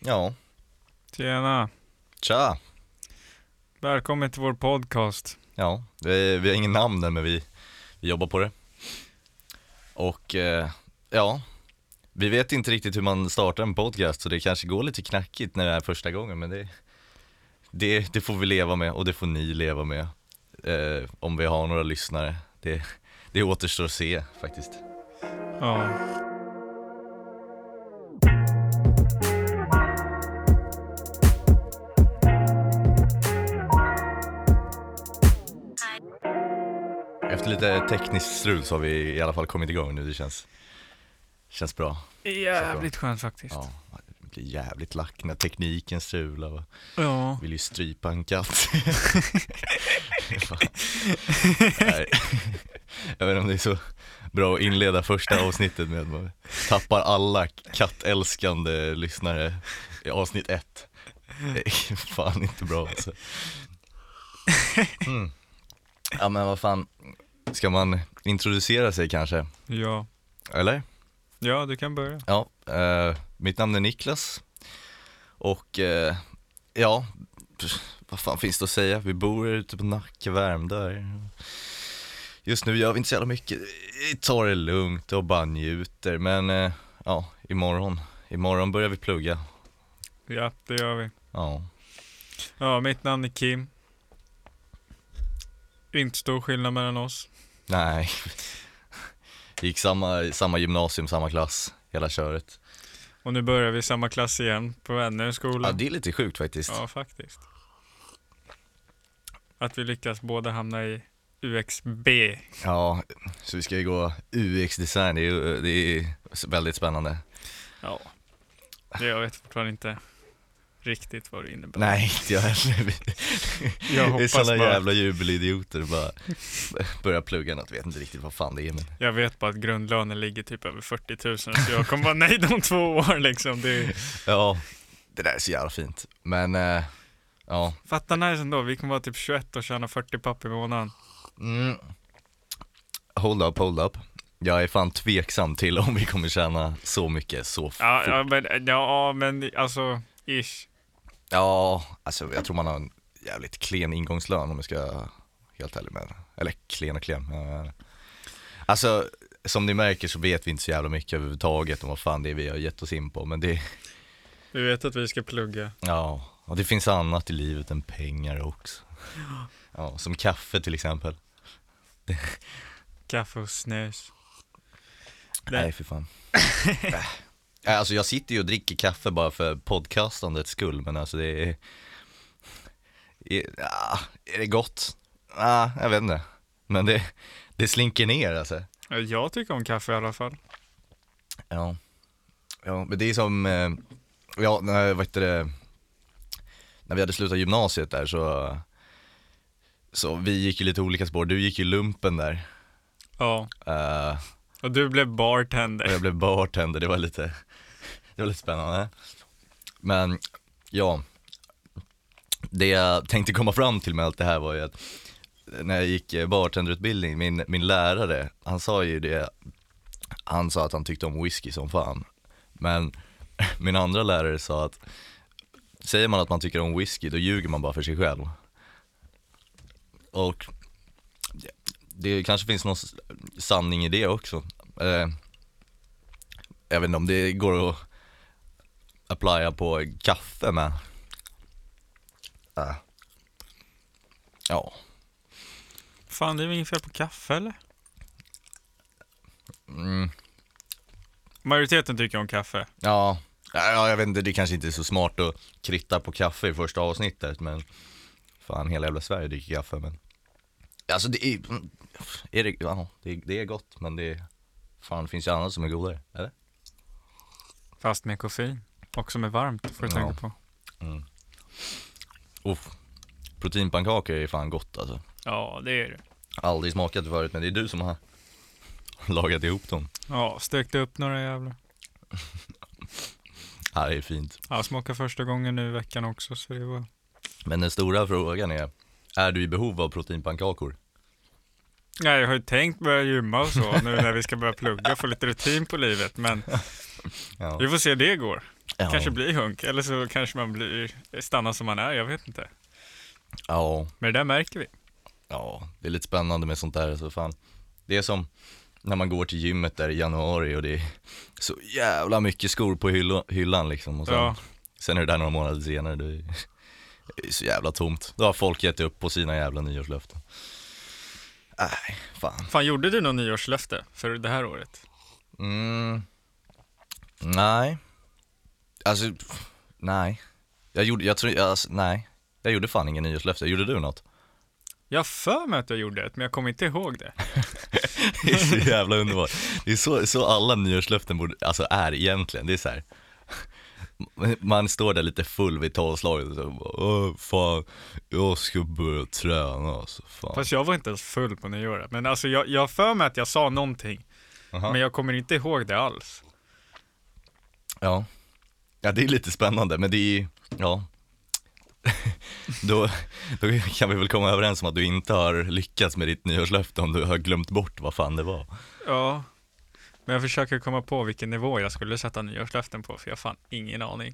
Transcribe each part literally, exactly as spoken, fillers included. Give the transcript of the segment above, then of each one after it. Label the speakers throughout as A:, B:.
A: Ja.
B: Tjena.
A: Tja.
B: Välkommen till vår podcast.
A: Ja, vi, vi har ingen namn än, men vi, vi jobbar på det. Och eh, ja, vi vet inte riktigt hur man startar en podcast, så det kanske går lite knackigt när det är första gången. Men det, det, det får vi leva med, och det får ni leva med. Eh, om vi har några lyssnare. Det, det återstår att se faktiskt.
B: Ja.
A: Efter lite tekniskt strul så har vi i alla fall kommit igång nu. Det känns, känns bra.
B: Jävligt skönt faktiskt.
A: Ja, det blir jävligt lack när tekniken strular. Och
B: Ja.
A: vill ju strypa en katt. Nej. Jag vet inte om det är så bra att inleda första avsnittet med att man tappar alla kattälskande lyssnare i avsnitt ett. Det är fan inte bra alltså. Mm. Ja, men vad fan, ska man introducera sig kanske?
B: Ja.
A: Eller?
B: Ja, du kan börja.
A: Ja, eh, mitt namn är Niklas. Och eh, ja, vad fan finns det att säga? Vi bor ute på Nacka, Värmdö. Just nu gör vi inte så jävla mycket. Vi tar det lugnt och bara njuter. Men eh, ja, imorgon Imorgon börjar vi plugga.
B: Ja, det gör vi.
A: Ja.
B: Ja, mitt namn är Kim. Inte stor skillnad mellan oss.
A: Nej. Gick samma, samma gymnasium, samma klass, hela köret.
B: Och nu börjar vi i samma klass igen på ännu skola.
A: Ja, det är lite sjukt faktiskt.
B: Ja, faktiskt. Att vi lyckas båda hamna i U X B.
A: Ja, så vi ska ju gå U X-design. Det är, ju- det är väldigt spännande.
B: Ja. Det jag vet fortfarande inte riktigt vad det innebär.
A: Nej, inte jag heller.
B: Jag
A: Det är
B: hoppas
A: såna
B: bara.
A: jävla jubelidioter bara börjar plugga något, vet inte riktigt vad fan det är, men
B: Jag vet bara att grundlönen ligger typ över fyrtio tusen, så jag kommer vara nöjd om två år liksom. Det är...
A: ja, det där är så jävla fint. Men eh, ja,
B: Fatta nice ändå, vi kommer vara typ tjugoett och tjäna fyrtio papp i månaden.
A: mm. Hold up, hold up. Jag är fan tveksam till om vi kommer tjäna så mycket så fort.
B: Ja, ja, men, ja, men alltså, ish.
A: Ja, alltså jag tror man har en jävligt klen ingångslön om jag ska vara helt ärlig med. Eller klen och klen. Eh, Alltså, som ni märker så vet vi inte så jävla mycket överhuvudtaget om vad fan det är vi har gett oss in på. Men det,
B: Vi vet att vi ska plugga.
A: ja, och det finns annat i livet än pengar också. Ja, som kaffe till exempel.
B: Kaffe och snus.
A: Nej, för fan. Äh. Alltså jag sitter ju och dricker kaffe bara för podcastandets skull. Men alltså det är... är ja, är det gott? Ja, jag vet inte. Men det, det slinker ner alltså.
B: Jag tycker om kaffe i alla fall.
A: Ja, ja, men det är som, eh, ja, när, vad heter det, när vi hade slutat gymnasiet där så, så vi gick ju lite olika spår. Du gick ju lumpen där,
B: Ja.
A: uh,
B: Och du blev
A: och
B: bartender.
A: jag blev bartender. Det var lite, det var lite spännande. Men ja, det jag tänkte komma fram till med allt det här var ju att när jag gick bartenderutbildning, min, min lärare, han sa ju det, han sa att han tyckte om whisky som fan. Men min andra lärare sa att säger man att man tycker om whisky, då ljuger man bara för sig själv. Och det kanske finns någon sanning i det också. Eh, jag vet inte om det går att applya på kaffe med. Äh. Ja.
B: Fan, det är väl inget fel på kaffe, eller?
A: Mm.
B: Majoriteten tycker om kaffe.
A: Ja. Ja, jag vet inte, det kanske inte är så smart att krytta på kaffe i första avsnittet, men fan, hela jävla Sverige dricker kaffe, men alltså det är, är det, ja, det, det är gott, men det är, fan, det finns ju annat som är godare, eller?
B: Fast med koffein. Och som är varmt, får du
A: Ja.
B: tänka på.
A: Mm. Uff. Proteinpannkakor är fan gott alltså.
B: Ja, det är det.
A: Aldrig smakat förut, men det är du som har lagat ihop dem.
B: Ja, stökte upp några jävla.
A: Ja, det är fint.
B: Ja, smakade första gången nu i veckan också, så det var...
A: Men den stora frågan är, är du i behov av proteinpannkakor?
B: Ja, jag har ju tänkt börja gymma och så nu när vi ska börja plugga, få lite rutin på livet, men
A: Ja.
B: vi får se hur det går.
A: Ja.
B: Kanske blir hunk, eller så kanske man blir stannar som man är, jag vet inte.
A: Ja.
B: Men det där märker vi.
A: Ja, det är lite spännande med sånt där, så fan. Det är som när man går till gymmet där i januari och det är så jävla mycket skor på hyll- hyllan liksom. Och sen,
B: Ja.
A: sen är det där några månader senare, det är, det är så jävla tomt. Då har folk gett upp på sina jävla nyårslöften. Nej, fan.
B: Fan, gjorde du någon nyårslöfte för det här året?
A: Mm. Nej. Alltså, nej. Jag gjorde, jag tror, alltså, nej. Jag gjorde fan ingen nyårslöfte. Gjorde du något?
B: Jag har för mig att jag gjorde det, men jag kommer inte ihåg det.
A: Det är så jävla underbart. Det är så, så alla nyårslöften borde, alltså är egentligen. Det är så här. Man står där lite full vid tolvslaget och så bara, åh fan, jag ska börja träna alltså, fan.
B: Fast jag var inte ens full på nyåret. Men alltså jag, jag har för mig att jag sa någonting.
A: Aha.
B: Men jag kommer inte ihåg det alls.
A: Ja. Ja, det är lite spännande, men det är, ja. då, då kan vi väl komma överens om att du inte har lyckats med ditt nyårslöfte om du har glömt bort vad fan det var.
B: Ja. Men jag försöker komma på vilken nivå jag skulle sätta nyårslöften på, för jag har fan ingen aning.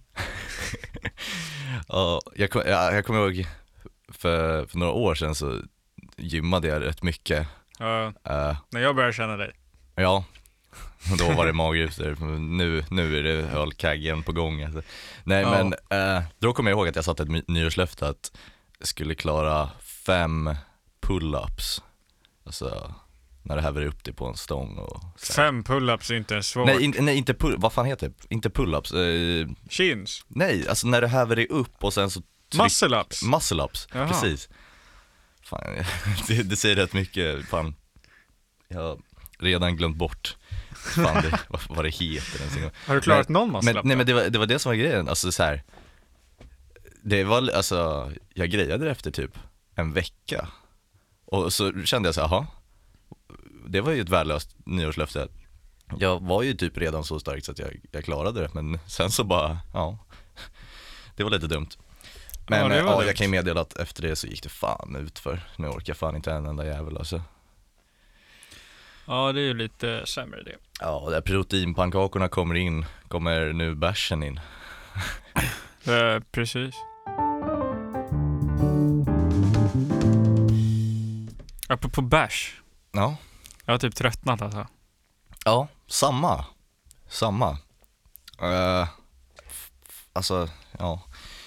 A: Ja, jag, kom, jag, jag kommer ihåg för, för några år sedan så gymmade jag rätt mycket.
B: Ja,
A: Uh,
B: när jag börjar känna dig.
A: ja, då var det magrutor. Nu, nu är det ölkaggen på gång alltså. Nej,
B: Ja.
A: men uh, då kommer jag ihåg att jag satte ett my- nyårslöfte att jag skulle klara fem pull-ups. Alltså när du häver upp det på en stång och så här.
B: Fem pull-ups är inte ens svårt.
A: Nej, in, nej, inte pull, vad fan heter det? Inte pull-ups. Uh,
B: Chins.
A: nej, alltså när du häver dig upp och sen så tryck-
B: Muscle-ups.
A: Muscle-ups,
B: Jaha.
A: precis. Fan, det, det säger rätt mycket. Fan, jag har redan glömt bort fan det, vad, vad det heter ens en gång.
B: Har du klarat
A: Men-
B: någon
A: Men,
B: muscle-up?
A: nej,
B: då?
A: men det var, det var det som var grejen, alltså så här. Det var, alltså, jag grejade det efter typ en vecka. Och så kände jag så här, jaha, det var ju ett värdelöst nyårslöfte. Jag var ju typ redan så stark så att jag, jag klarade det, men sen så bara, ja, det var lite dumt. Men
B: Ja, det
A: ja,
B: var
A: ja,
B: dumt.
A: jag kan ju meddela att efter det så gick det fan ut för. Nu orkar jag fan inte en enda jävel alltså.
B: Ja, det är ju lite sämre det.
A: Ja, och där proteinpannkakorna kommer in, kommer nu bärsen in.
B: Eh, precis. Apropå bärs.
A: Ja,
B: Jag har typ tröttnat alltså.
A: ja, samma, samma. Uh, alltså, ja.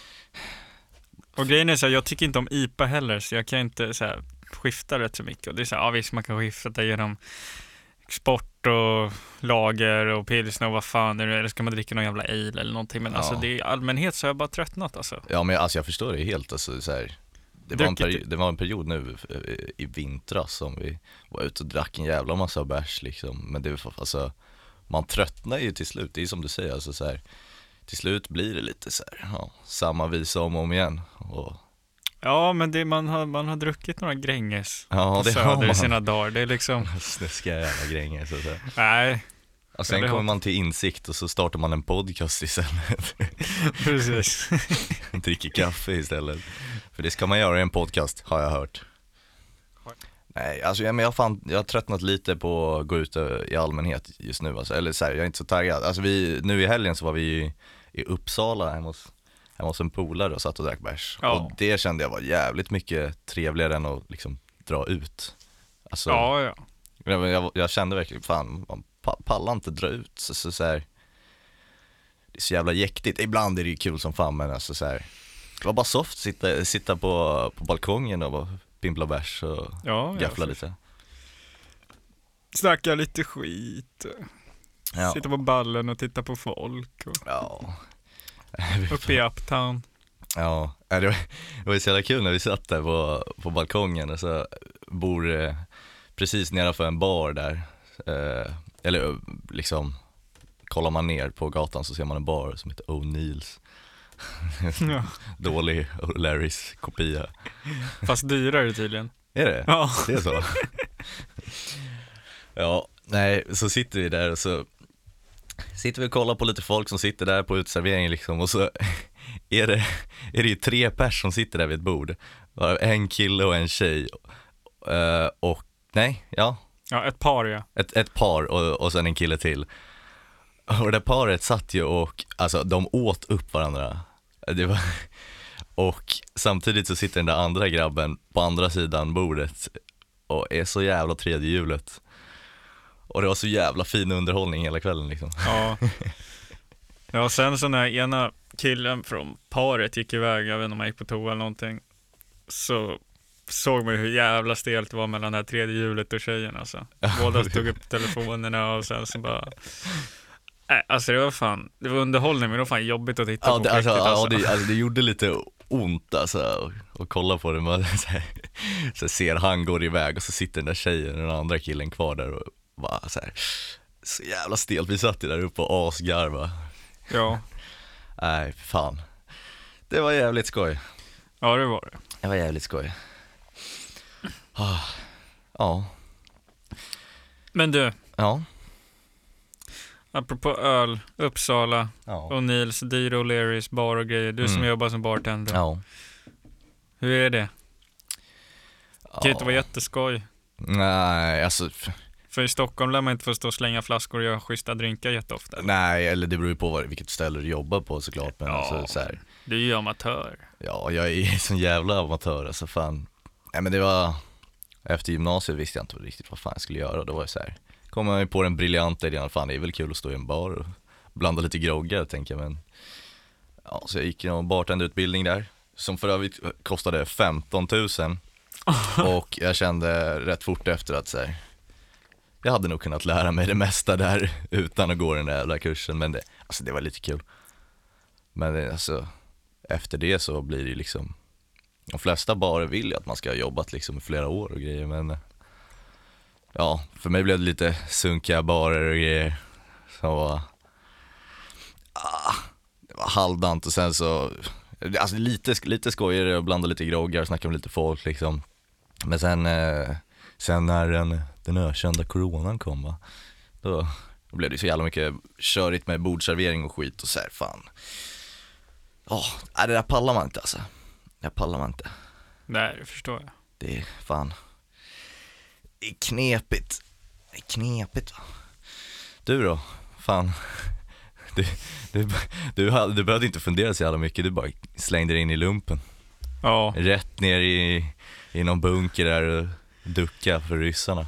B: Och grejen är så här, jag tycker inte om I P A heller, så jag kan inte så här skifta rätt så mycket. Och det är så här, ja visst man kan skifta det genom sport och lager och pilsner och vad fan är det, eller ska man dricka någon jävla ale eller någonting. Men
A: Ja.
B: alltså det är i allmänhet så har jag bara tröttnat alltså.
A: Ja, men alltså jag förstår det helt, alltså så här. Det var, en
B: Druckit-
A: peri- det var en period nu eh, i vintras som vi var ute och drack en jävla massa bärs liksom. Men det var, alltså, man tröttnar ju till slut, det är som du säger, alltså så här. Till slut blir det lite så här, ja, samma visa om och om igen. Och,
B: Ja, men det, man, har, man har druckit några Gränges
A: ja,
B: på
A: det har
B: Söder i
A: man.
B: sina dagar. Det är liksom,
A: Snuskiga jävla grejer så att säga.
B: nej,
A: Och sen
B: Ja, det
A: kommer
B: har-
A: man till insikt och så startar man en podcast istället.
B: precis.
A: Dricker kaffe istället. För det ska man göra i en podcast, har jag hört.
B: Har-
A: Nej, alltså jag, men jag, har fan, jag har tröttnat lite på att gå ut eh, i allmänhet just nu alltså. Eller så här, jag är inte så taggad. Alltså vi, nu i helgen så var vi i, i Uppsala hemma hos, hemma hos en polare och satt och drack bärs.
B: Ja.
A: Och det kände jag var jävligt mycket trevligare än att liksom dra ut. Alltså,
B: Ja, ja.
A: jag, jag, jag kände verkligen, fan, man pa- pallar inte dra ut. Så, så, så här, det är så jävla jäktigt. Ibland är det ju kul som fan, men alltså så här, det var bara soft, sitta, sitta på, på balkongen och bara pimpla bärs och
B: Ja,
A: gaffla
B: ja.
A: lite.
B: Snacka lite skit.
A: Ja.
B: Sitta på ballen och titta på folk. Och
A: Ja.
B: uppe i Uptown.
A: Ja, det var, det var ju så jävla kul när vi satt där på, på balkongen och så bor eh, precis nedanför en bar där. Eh, eller eh, liksom, kollar man ner på gatan så ser man en bar som heter O'Neills.
B: Ja.
A: Dålig O'Larrys kopia.
B: Fast dyrare tydligen.
A: Är det?
B: Ja.
A: Det är så? Ja, nej, så sitter vi där och så sitter vi och kollar på lite folk som sitter där på utserveringen liksom, och så är det, är det ju tre pers som sitter där vid ett bord. En kille och en tjej. Uh, och, nej, ja,
B: Ja, ett par ja.
A: ett, ett par och, och sen en kille till. och det där paret satt ju och, alltså de åt upp varandra. Det var, och samtidigt så sitter den där andra grabben på andra sidan bordet och är så jävla tredje hjulet. Och det var så jävla fin underhållning hela kvällen liksom.
B: Ja. Ja, sen så när ena killen från paret gick iväg, jag vet inte om han gick på toa eller någonting, så såg man hur jävla stelt det var mellan det här tredje hjulet och tjejen alltså. Båda tog upp telefonerna och sen så bara... Nej, alltså det var fan, det var underhållning, men det var fan jobbigt att titta
A: Ja,
B: på
A: det, alltså,
B: riktigt, alltså.
A: ja det, alltså, det gjorde lite ont alltså att kolla på det. Man så här, så ser han går iväg och så sitter den där tjejen och den andra killen kvar där och bara så här, så jävla stelt. Vi satt ju där uppe och asgarva.
B: Ja.
A: Nej, fan. Det var jävligt skoj.
B: Ja, det var det.
A: Det var jävligt skoj. Ah, ja.
B: Men du,
A: Ja.
B: apropå öl, Uppsala
A: Ja.
B: och Nils, Diro, Lerys, bar och grejer. Du som
A: Mm.
B: jobbar som bartender.
A: Ja.
B: Hur är det? Det kan ju inte
A: Ja.
B: vara jätteskoj.
A: Nej, alltså f-
B: För i Stockholm lär man inte få stå och slänga flaskor och göra schyssta drinkar jätteofta.
A: nej, eller det beror ju på vad, vilket ställe du jobbar på såklart. Men
B: Ja.
A: alltså, så här,
B: Du är ju amatör.
A: ja, jag är sån jävla amatör alltså, fan. Nej men det var, efter gymnasiet visste jag inte riktigt vad fan jag skulle göra. Då var jag så här, kom jag ju på den briljanta idén, fan det är väl kul att stå i en bar och blanda lite groggar tänker jag. Men ja, så jag gick en bartenderutbildning där, som för övrigt kostade femton tusen. Och jag kände rätt fort efter att så här, jag hade nog kunnat lära mig det mesta där utan att gå den där jävla kursen. Men det, alltså det var lite kul. Men det, alltså, efter det så blir det ju liksom, de flesta bara vill ju att man ska ha jobbat liksom i flera år och grejer. Men ja, för mig blev det lite sunkiga barer och grejer. Så ah, det var halvdant. Och sen så, alltså lite, lite skojigare och blanda lite groggar, snacka med lite folk liksom. Men sen, eh, sen när den, den ökända coronan kom va, då, då blev det så jävla mycket körigt med bordservering och skit och så här, fan. Ja, oh, det där pallar man inte alltså. Det pallar man inte.
B: Nej, det förstår jag.
A: Det är fan, det är knepigt. Det är knepigt va. Du då, fan. Du, du, du, du, du behövde inte fundera så jävla mycket, du bara slängde dig in i lumpen.
B: Ja.
A: Rätt ner i, i någon bunker där och ducka för ryssarna.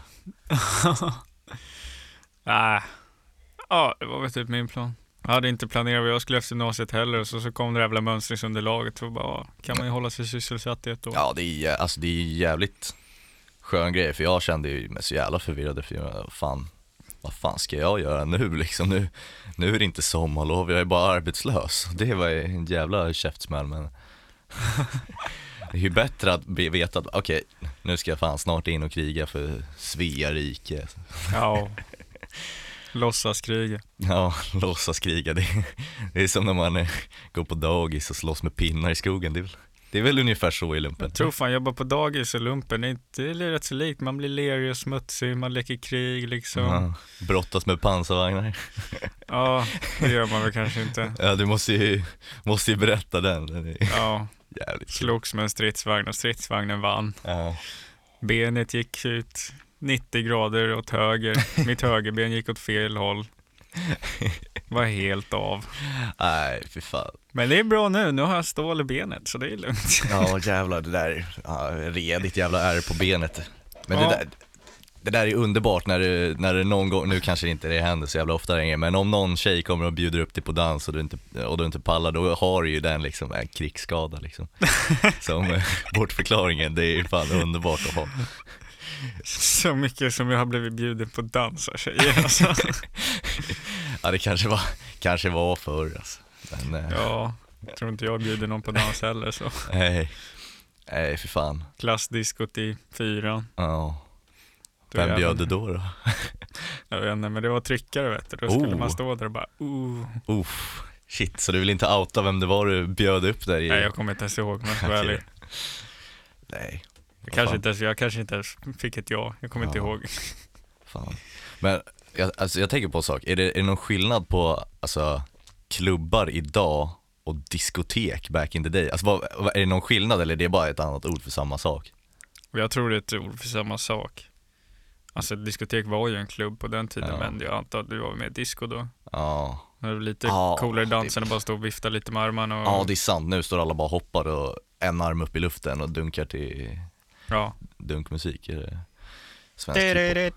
B: Nej. Ja, det var väl typ min plan. Jag hade inte planerat vad jag skulle efter gymnasiet heller, och så, så kom det jävla mönstringsunderlaget och bara, kan man ju hålla sig sysselsatt i ett år.
A: Ja, det är, alltså, det är jävligt skön grej, för jag kände ju mig så jävla förvirrad, för jag, fan, vad fan ska jag göra nu liksom? Nu, nu är det inte sommarlov, jag är bara arbetslös. Det var en jävla käftsmäll, men det är ju bättre att be- veta att okej, okay, nu ska jag fan snart in och kriga för Svea rike.
B: Ja. Låtsaskriga.
A: Ja, låtsaskriga. Det, det är som när man eh, går på dagis och slåss med pinnar i skogen. Det är väl, det är väl ungefär så i lumpen.
B: Jag tror fan jobba på dagis och lumpen, det är, inte, det är rätt så likt. Man blir lerig och smutsig, man leker krig liksom.
A: Ja, brottas med pansarvagnar.
B: Ja, det gör man väl kanske inte.
A: Ja, du måste ju, måste ju berätta den. Den är
B: Ja,
A: jävligt kul.
B: slogs med en stridsvagn och stridsvagnen vann.
A: Ja.
B: Benet gick ut nittio grader åt höger. Mitt högerben gick åt fel håll. Var helt av.
A: Nej, fy fan.
B: Men det är bra nu, nu har jag stål i benet så det är lugnt.
A: Ja, jävlar, det där, ja, redigt jävla ärr på benet. Men
B: Ja.
A: det där, det där är underbart när det, när det någon gång, nu kanske inte det händer så jävla ofta längre, men om någon tjej kommer och bjuder upp dig på dans och du inte, och du inte pallar, då har du ju den liksom en krigsskada liksom. Som bortförklaringen, det är fan underbart att ha.
B: Så mycket som jag har blivit bjuden på dans av tjejer alltså.
A: Ja, det kanske var, kanske var förr alltså. Men, eh,
B: Ja, jag tror inte jag bjuder någon på dans heller så.
A: nej, nej för fan.
B: Klassdiskot i fyran.
A: Ja.
B: Då
A: Vem
B: jävlar-
A: bjöd du då då?
B: Jag vet inte, men det var tryckare vet du. Då skulle
A: Oh.
B: man stå där och bara uh.
A: Uff, shit, så du vill inte outa vem det var du bjöd upp där i?
B: Nej, jag kommer inte ens ihåg, men
A: Okej.
B: okay.
A: Nej,
B: jag, kanske
A: fan.
B: inte ens, jag kanske inte ens fick ett ja. Jag kommer inte
A: Ja.
B: ihåg.
A: fan. Men jag, alltså, jag tänker på en sak, är det, är det någon skillnad på alltså, klubbar idag och diskotek back in the day? Alltså, vad, vad, är det någon skillnad eller är det bara ett annat ord för samma sak?
B: Och jag tror det är ett ord för samma sak. Alltså diskotek var ju en klubb på den tiden,
A: Ja.
B: men jag antar att du var med i disco då.
A: Ja.
B: Det var lite
A: Ja,
B: coolare dans
A: det-
B: än att bara stå och vifta lite med armarna och...
A: Ja, det är sant. Nu står alla bara och hoppar och en arm upp i luften och dunkar till
B: Ja.
A: dunkmusik. Är det svensk hiphop?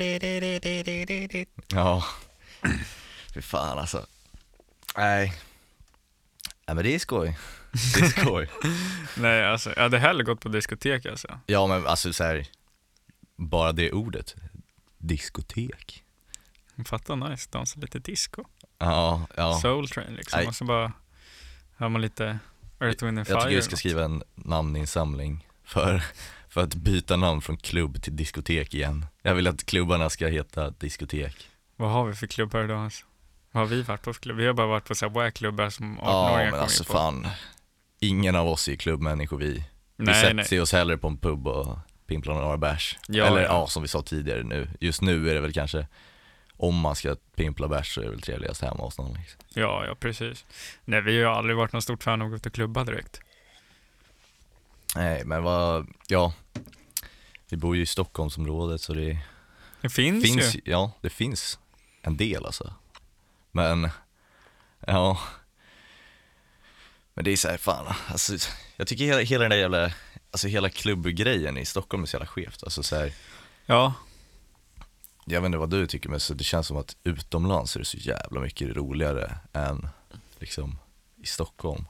A: Ja. Fy fan alltså. Nej. Nej men det är skoj. Det är skoj.
B: Nej, alltså, jag hade hellre gått på diskotek alltså.
A: Ja men alltså så här, bara det ordet. Diskotek.
B: Fatta nice, dansa lite disco.
A: Ja, ja.
B: Soul Train liksom.
A: Nej.
B: Och så bara hör man lite Earth, Wind and Fire.
A: Jag tycker vi
B: eller
A: ska
B: något.
A: skriva en namninsamling för, för att byta namn från klubb till diskotek igen. Jag vill att klubbarna ska heta diskotek.
B: Vad har vi för klubbar idag alltså? Vad har vi varit på för klubb? Vi har bara varit på så här wack-klubbar som
A: Ja
B: arton-åringar
A: men
B: kommer
A: alltså
B: in på.
A: fan. Ingen av oss är klubbmänniskor vi. Vi
B: Nej,
A: sätter
B: nej.
A: oss hellre på en pub och pimplar några bärs.
B: Ja,
A: Eller
B: ja.
A: ja, som vi sa tidigare nu. Just nu är det väl kanske, om man ska pimpla bärs så är det väl trevligast hemma hos någon liksom.
B: Ja, ja, precis. Nej, vi har ju aldrig varit någon stort fan av att gå ut och klubba direkt.
A: Nej men vad, ja. Vi bor ju i Stockholmsområdet så det
B: Det finns,
A: finns,
B: ju.
A: ja det finns en del alltså. Men, ja. Men det är så här, fan, alltså, jag tycker hela, hela den där jävla, alltså hela klubbgrejen i Stockholm är så jävla skevt. Alltså så här,
B: Ja,
A: jag vet inte vad du tycker men så det känns som att utomlands är det så jävla mycket roligare än liksom i Stockholm.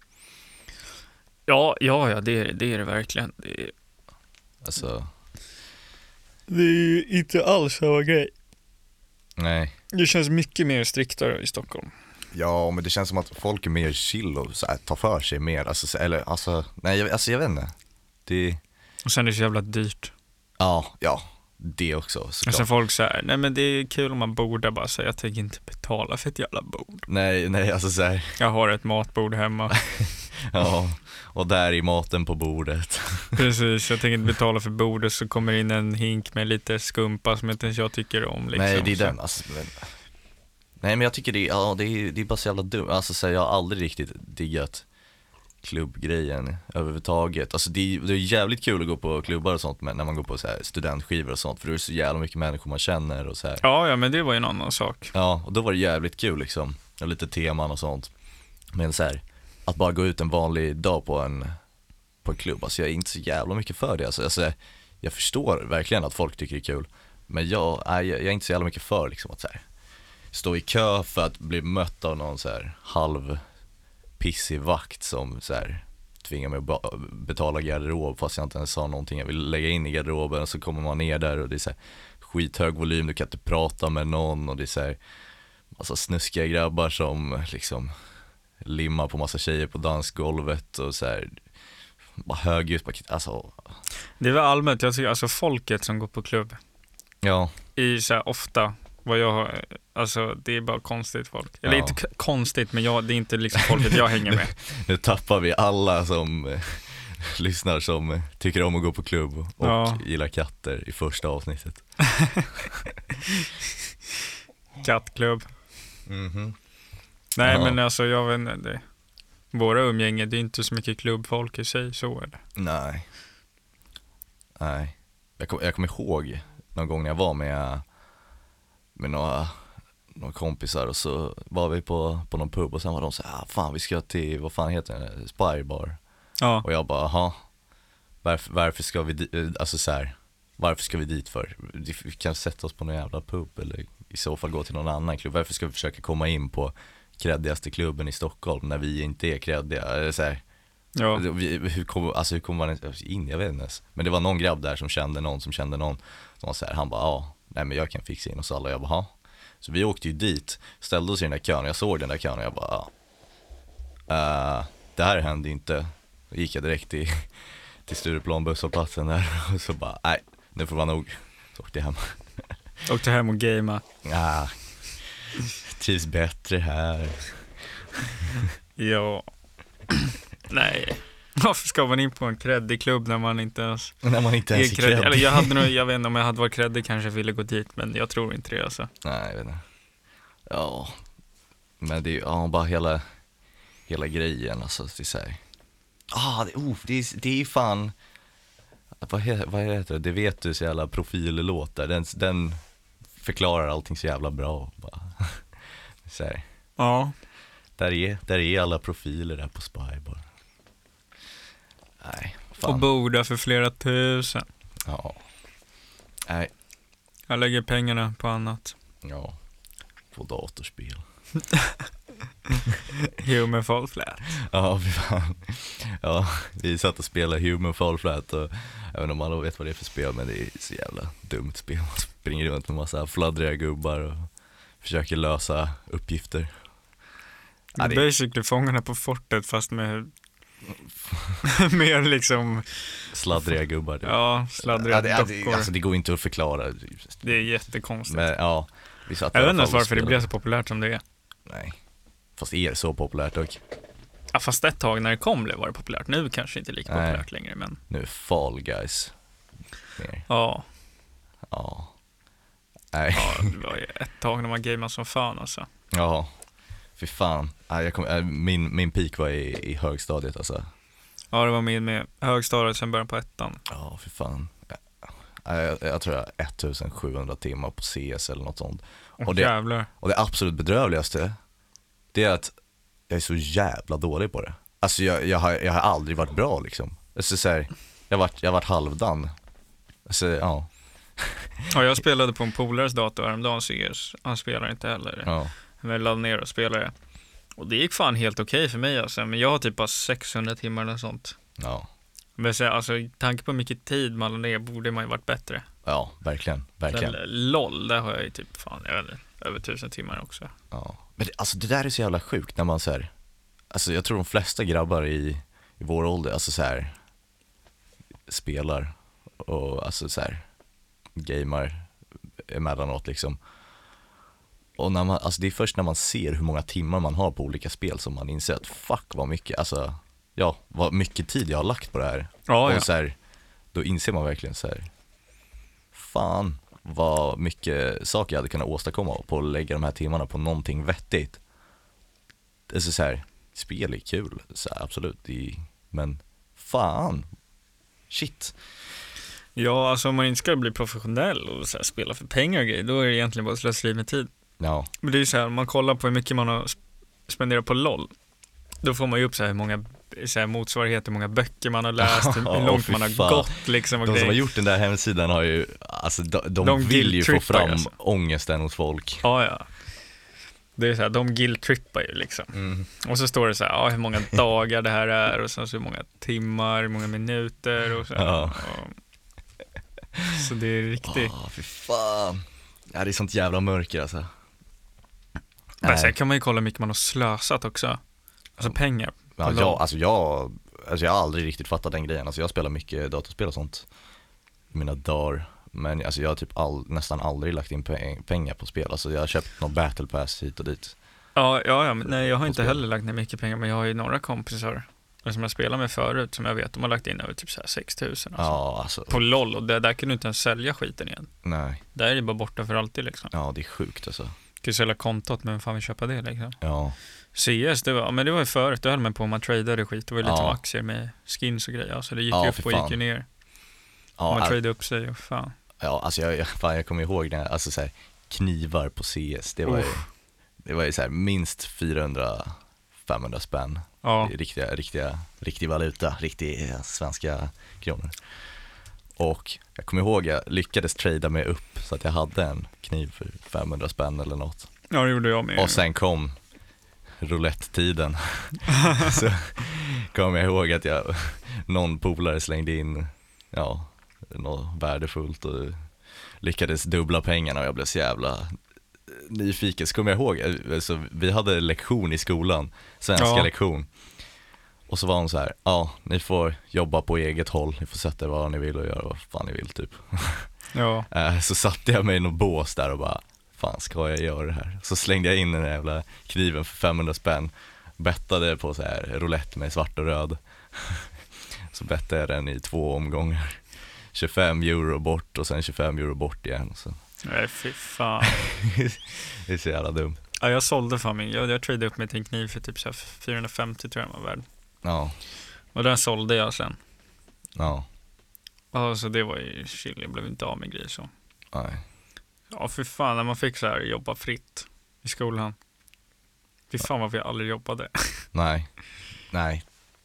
B: ja, ja, ja det, det är det verkligen. Det är,
A: Alltså,
B: det är inte alls samma grej.
A: nej.
B: Det känns mycket mer striktare i Stockholm.
A: Ja, men det känns som att folk är mer chill och så här, tar för sig mer. Alltså, så- eller, alltså, nej, jag, alltså jag vet inte. Det,
B: Och sen är det så jävla dyrt.
A: ja, ja, det också
B: Och
A: såklart.
B: sen folk säger, nej men det är kul om man bor där bara, så jag tänker inte betala för ett jävla bord.
A: Nej, nej, alltså så här,
B: Jag har ett matbord hemma.
A: ja, och där är maten på bordet.
B: Precis, jag tänker inte betala för bordet, så kommer in en hink med lite skumpa som inte ens jag tycker om liksom.
A: Nej, det är
B: Så-
A: den, alltså, men, nej men jag tycker det, ja, det är, det är bara så jävla dumt. Alltså så här, jag har aldrig riktigt diggat klubbgrejen överhuvudtaget. Alltså det är, det är jävligt kul att gå på klubbar och sånt, men när man går på så här studentskivor och sånt, för det är så jävla mycket människor man känner och så här.
B: Ja, ja, men det var ju en annan sak.
A: Ja, och då var det jävligt kul liksom, och lite teman och sånt. Men så här, att bara gå ut en vanlig dag på en, på en klubb, alltså jag är inte så jävla mycket för det. Alltså, alltså, jag förstår verkligen att folk tycker det är kul, men jag, nej, jag är inte så jävla mycket för liksom att så här, stå i kö för att bli mött av någon så här halv pissig vakt som så här tvingar mig att ba- betala garderob fast jag inte ens sa någonting jag vill lägga in i garderoben, och så kommer man ner där och det är så här skithög volym, du kan inte prata med någon, och det är så här massa snuskiga grabbar som liksom limmar på massa tjejer på dansgolvet och så här bara högljutt, alltså
B: Det var allmänt, jag tycker alltså folket som går på klubb
A: ja,
B: i så här ofta, vad jag har, alltså det är bara konstigt folk. Eller
A: Ja.
B: inte k- konstigt, men jag, det är inte liksom folket jag hänger med.
A: nu tappar vi alla som eh, lyssnar som eh, tycker om att gå på klubb och
B: Ja.
A: gillar katter i första avsnittet.
B: Kattklubb.
A: Mhm.
B: Nej,
A: Ja.
B: men alltså jag vet inte, det, våra umgänge, det är inte så mycket klubbfolk i sig, så är det.
A: Nej. Nej. Jag, kom, jag kommer ihåg någon gång när jag var med, med några, några kompisar, och så var vi på, på någon pub och sen var de så här, ah, fan vi ska till, vad fan heter det, Spybar.
B: Ja,
A: Och jag bara, jaha, varför, varför ska vi di- alltså så här, varför ska vi dit för? Vi kan sätta oss på någon jävla pub eller i så fall gå till någon annan klubb. Varför ska vi försöka komma in på kreddigaste klubben i Stockholm när vi inte är kreddiga? Eller så här,
B: ja.
A: vi, hur, kom, alltså, hur kommer man in? Jag vet inte ens. Men det var någon grabb där som kände någon som kände någon som var så här, han bara, ja, nej men jag kan fixa in oss alla. Jag bara, ja. Så vi åkte ju dit, ställde oss i den där kön, jag såg den där kön och jag bara, ja. Uh, det här hände inte. Då gick jag direkt till, till Stureplan busshållplatsen där och så bara, nej, nu får det vara nog. Så åkte jag hem.
B: Åkte hem och gamea.
A: Ah, trivs bättre här.
B: Ja. Nej. Varför ska man in på en kreddig klubb när man inte ens
A: När man inte ens är
B: kreddig? Eller
A: kreddig.
B: jag hade nog, jag vet inte om jag hade varit kreddig kanske ville gå dit, men jag tror inte det alltså.
A: Nej, jag vet inte. Ja, men det är ju, ja, bara hela, hela grejen, alltså, det är så här. Ah, det, oh, det är, det är fan, vad, he, vad heter det? Det vet du, så jävla profillåt där. Den, den förklarar allting så jävla bra. Bara. Så här.
B: Ja.
A: Där är, där är alla profiler där på Spy bara. Nej, fan.
B: Och bor för flera tusen.
A: Ja. Nej.
B: Jag lägger pengarna på annat.
A: Ja. På datorspel.
B: Human Fall Flat.
A: Ja, fy fan. Ja, vi satt och spelade Human Fall Flat och jag vet inte om alla vet vad det är för spel, men det är så jävla dumt spel. Man springer runt med massa fladdriga gubbar och försöker lösa uppgifter.
B: Det är basically Fångarna på fortet fast med mer liksom
A: sladdriga gubbar. Typ.
B: Ja, sladdriga
A: ja, det,
B: dockor.
A: det, alltså det går inte att förklara.
B: Det är jättekonstigt.
A: Men, ja, vi satt
B: jag vet inte ens varför det blev så populärt som det är.
A: Nej, fast är det så populärt och...
B: Ja, fast ett tag när det kom blev det populärt. Nu kanske inte lika
A: Nej.
B: populärt längre, men...
A: Nu är Fall Guys mer.
B: Ja.
A: Ja. Nej.
B: Ja, det var ju ett tag när man gamade som fan alltså.
A: Ja, fy fan. Ja, jag kom, min, min peak var i, i högstadiet alltså.
B: Ja, det var min med högstadiet sen början på ettan.
A: Ja, fy fan. Jag, jag, jag tror jag har sjuttonhundra timmar på C S eller något sånt.
B: Åh,
A: och, det,
B: jävlar.
A: och det absolut bedrövligaste, det är att jag är så jävla dålig på det. Alltså jag, jag, har, jag har aldrig varit bra liksom. Alltså, så här, jag har varit, jag har varit halvdan. Alltså, ja.
B: Ja, jag spelade på en polares dator häromdagen C S. Han spelar inte heller.
A: Ja.
B: Men laddade ner och spelade. Och det gick fan helt okej okay för mig alltså. Men jag har typ bara sexhundra timmar eller sånt.
A: Ja.
B: Men så, alltså, i tanke på hur mycket tid man la ner borde man ju varit bättre.
A: Ja, verkligen, verkligen.
B: Så, LOL, där har jag ju typ fan, jag vet inte, över tusen timmar också.
A: Ja. Men det, alltså det där är så jävla sjukt när man så här, alltså jag tror de flesta grabbar i, i vår ålder, alltså så här, spelar och alltså så här, gamar emellanåt liksom. Och när man, alltså det är först när man ser hur många timmar man har på olika spel som man inser att fuck vad mycket, alltså ja, vad mycket tid jag har lagt på det här.
B: Ja,
A: och
B: ja.
A: så här, då inser man verkligen så här, fan vad mycket saker jag hade kunnat åstadkomma på att lägga de här timmarna på någonting vettigt. Det är så här, spel är kul, så här, absolut, det är, men fan, shit.
B: Ja, alltså om man inte ska bli professionell och så här, spela för pengar och grejer, då är det egentligen bara slöseri med tid.
A: Ja.
B: Men det är ju så här, om man kollar på hur mycket man har sp- spenderat på LOL, då får man ju upp så här hur många så här, motsvarigheter, hur många böcker man har läst, hur
A: Ja,
B: långt
A: fy
B: man har
A: fan.
B: gått liksom. Och
A: De som
B: grejer.
A: har gjort den där hemsidan har ju, alltså de, de,
B: De
A: vill ju få
B: guilt-trippar,
A: fram
B: alltså.
A: ångesten hos folk.
B: Ja, ja. Det är så här, de guilt-trippar ju liksom.
A: Mm.
B: Och så står det så här, ja, hur många dagar det här är och sen så hur många timmar, hur många minuter och så.
A: Ja.
B: Och, så det är riktigt.
A: Åh, fy fan. Ja, det är sånt jävla mörker alltså.
B: Men sen kan man ju kolla hur mycket man har slösat också. Alltså pengar.
A: Ja, jag, alltså jag, alltså jag har aldrig riktigt fattat den grejen. Alltså jag spelar mycket datorspel och sånt i mina dagar. Men alltså jag har typ all, nästan aldrig lagt in peng, pengar på spel. Alltså jag har köpt någon battle pass hit och dit.
B: Ja, ja, ja men nej, jag har
A: På
B: inte
A: spel.
B: heller lagt ner mycket pengar. Men jag har ju några kompisar som jag spelar med förut som jag vet, de har lagt in över typ så här sex tusen. Alltså.
A: Ja, alltså.
B: På LOL, och det, där kan du inte ens sälja skiten igen.
A: Nej.
B: Där är det bara borta för alltid liksom.
A: Ja, det är sjukt alltså.
B: Du kan sälja kontot, men vem fan vill köpa det liksom?
A: Ja.
B: C S, det var, men det var ju förut, då höll man på om man tradade skit. Det var ju lite
A: Ja.
B: som aktier med skins och grejer. Så det gick
A: Ja,
B: ju upp
A: för
B: och
A: fan.
B: gick ju ner.
A: Ja,
B: man
A: al-
B: tradade upp sig och fan.
A: ja alltså jag, jag, fan, jag kommer ihåg när, alltså så här, knivar på C S. Det var ju,
B: Uff.
A: det var ju så här, minst fyrahundra femhundra spänn.
B: Ja,
A: Riktiga, riktiga, riktig valuta, riktiga svenska kronor. Och jag kommer ihåg, jag lyckades trada mig upp så att jag hade en kniv för femhundra spänn eller något.
B: ja det gjorde jag med.
A: Och sen kom roulette-tiden. Så kom jag ihåg att jag, någon polare slängde in, ja, något värdefullt och lyckades dubbla pengarna och jag blev så jävla nyfiken. Så kommer jag ihåg, alltså, vi hade lektion i skolan, svenska
B: Ja.
A: lektion. Och så var hon så här, ja, ni får jobba på eget håll, ni får sätta er vad ni vill och göra vad fan ni vill typ.
B: Ja,
A: Eh, Så satte jag mig i något bås där och bara, fan ska jag göra det här? Så slängde jag in den där jävla kniven för femhundra spänn, bettade på så här roulette med svart och röd. Så bettade jag den i två omgångar, tjugofem euro bort och sen tjugofem euro bort igen. Så
B: nej fy fan.
A: det är så jävla dumt.
B: Ja, jag sålde fan min, jag, jag tradade upp mig till en kniv för typ så här fyrahundrafemtio tror jag var värd.
A: Ja,
B: Och den sålde jag sen.
A: ja.
B: Ja, så det var ju chill. Jag blev inte av med grejer så.
A: Nej.
B: Ja, för fan, när man fick så här jobba fritt i skolan. Fy fan vad vi aldrig jobbade.
A: Nej. Nej.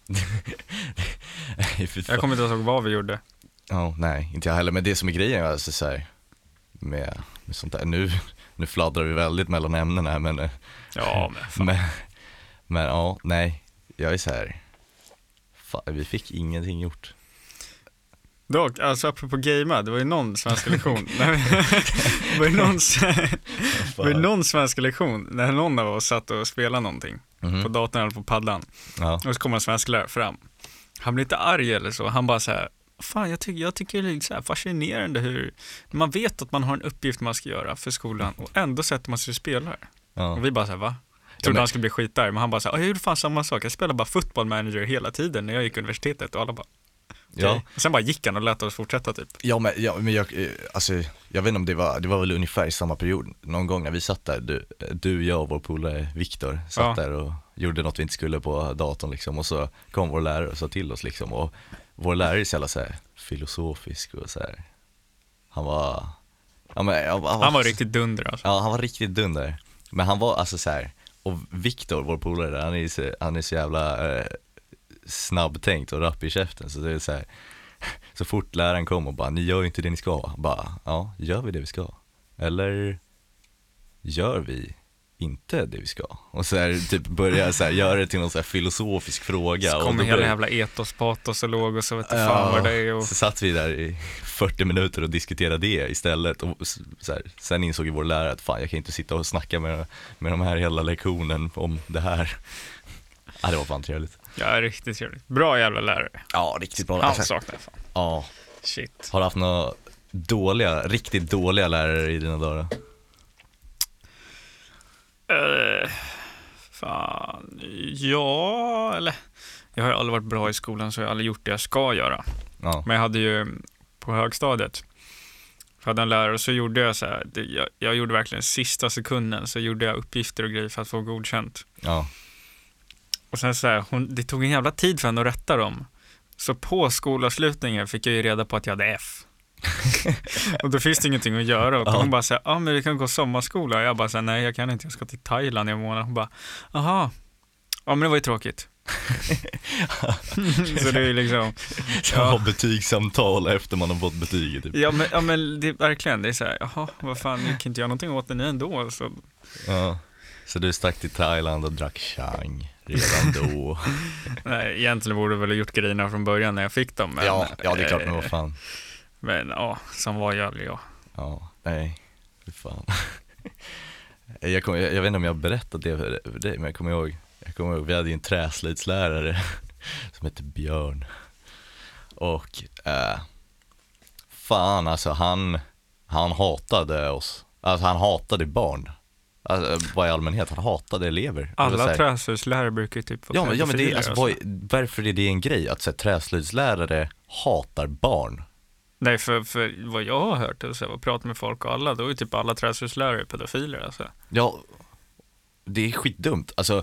B: Jag kommer inte ihåg vad vi gjorde.
A: Ja, oh, nej, inte jag heller. Men det som är grejen, alltså så här, med, med sånt där. Nu, nu fladdrar vi väldigt mellan ämnena här, men...
B: Ja, men fan.
A: Men, men ja, nej. Jag är så här... Fan, vi fick ingenting gjort.
B: Dock, alltså apropå gamea, det var ju någon svenska lektion. Nej, det var ju någon, det var ju någon svenska lektion när någon av oss satt och spelade någonting mm-hmm. på datorn eller på paddan.
A: Ja.
B: Och så kommer en svensk lärare fram. Han blir lite arg eller så. Han bara så här, fan jag tycker, jag tycker det är så här fascinerande hur man vet att man har en uppgift man ska göra för skolan och ändå sätter man sig och spelar. Ja. Och vi bara så här, va? Jag trodde ja, men... han skulle bli skitarg, men han bara så här, jag gjorde fan samma sak. Jag spelade bara football manager hela tiden när jag gick universitetet och alla bara okay. Ja. Och sen bara gick han och lät oss fortsätta typ.
A: Ja, men, ja, men jag, alltså, jag vet inte om det var, det var väl ungefär i samma period. Någon gång när vi satt där, du, du jag och vår polare Viktor satt ja. där och gjorde något vi inte skulle på datorn liksom. Och så kom vår lärare och sa till oss liksom. Och vår lärare är så, så här filosofisk och så här. Han var... Ja, men, han, var
B: han var riktigt dunder alltså.
A: Ja, han var riktigt dunder. Men han var alltså så här. Och Viktor, vår polare, han är så, han är så jävla... Eh, snabbtänkt och rapp i käften, så det är så här, så fort läraren kom och bara, ni gör ju inte det ni ska, bara, ja, gör vi det vi ska? Eller gör vi inte det vi ska? Och så här, typ börja så här, göra det till någon så här filosofisk fråga.
B: Så kommer hela började... jävla etos, patos och låg och så vet du ja, fan vad det är. Och...
A: Så satt vi där i fyrtio minuter och diskuterade det istället. Och så här, sen insåg ju vår lärare att fan, jag kan inte sitta och snacka med, med de här hela lektionen om det här. Ja, det var fan trevligt.
B: Ja, riktigt trevligt. Bra jävla lärare.
A: Ja, riktigt bra.
B: Han saknar fan.
A: Ja.
B: Shit.
A: Har du haft några dåliga, riktigt dåliga lärare i dina dagar?
B: Uh, fan, ja, eller... Jag har ju aldrig varit bra i skolan så jag har aldrig gjort det jag ska göra. Ja. Men jag hade ju på högstadiet, jag hade en lärare och så gjorde jag så här, det, jag, jag gjorde verkligen sista sekunden så gjorde jag uppgifter och grejer för att få godkänt.
A: Ja.
B: Och sen så här, hon, det tog en jävla tid för henne att rätta dem. Så på skolavslutningen fick jag ju reda på att jag hade F. Och då finns det ingenting att göra. Och ja. Hon bara säger, ja ah, men vi kan gå sommarskola. Och jag bara säger, nej jag kan inte, jag ska till Thailand i en månad. Hon bara, aha, ja men det var ju tråkigt. Så det är liksom
A: ja. Betygssamtal efter man har fått betyget typ.
B: Ja men, ja, men det är verkligen, det är så här, jaha, vad fan, jag kan inte göra någonting åt det ni ändå så.
A: Ja. Så du stack till Thailand och drack chang redan då?
B: Nej, egentligen borde jag väl ha gjort grejerna från början när jag fick dem. Men,
A: ja, ja, det är klart, men vad fan.
B: Men ja, som var jag aldrig jag.
A: Ja, nej, hur fan. Jag, kom, jag, jag vet inte om jag har berättat det för dig, men jag kommer ihåg, jag kommer ihåg vi hade en träslitslärare som hette Björn. Och äh, fan, alltså han, han hatade oss. Alltså han hatade barn. Alltså, vad i allmänhet, han hatade elever.
B: Alla träslöjdslärare brukar ju typ
A: ja, men, ja, men det är, alltså, vad, varför är det en grej att så, träslöjdslärare hatar barn?
B: Nej, för, för vad jag har hört och så här, pratar med folk och alla, då är ju typ alla träslöjdslärare pedofiler alltså.
A: Ja, det är skitdumt. Alltså,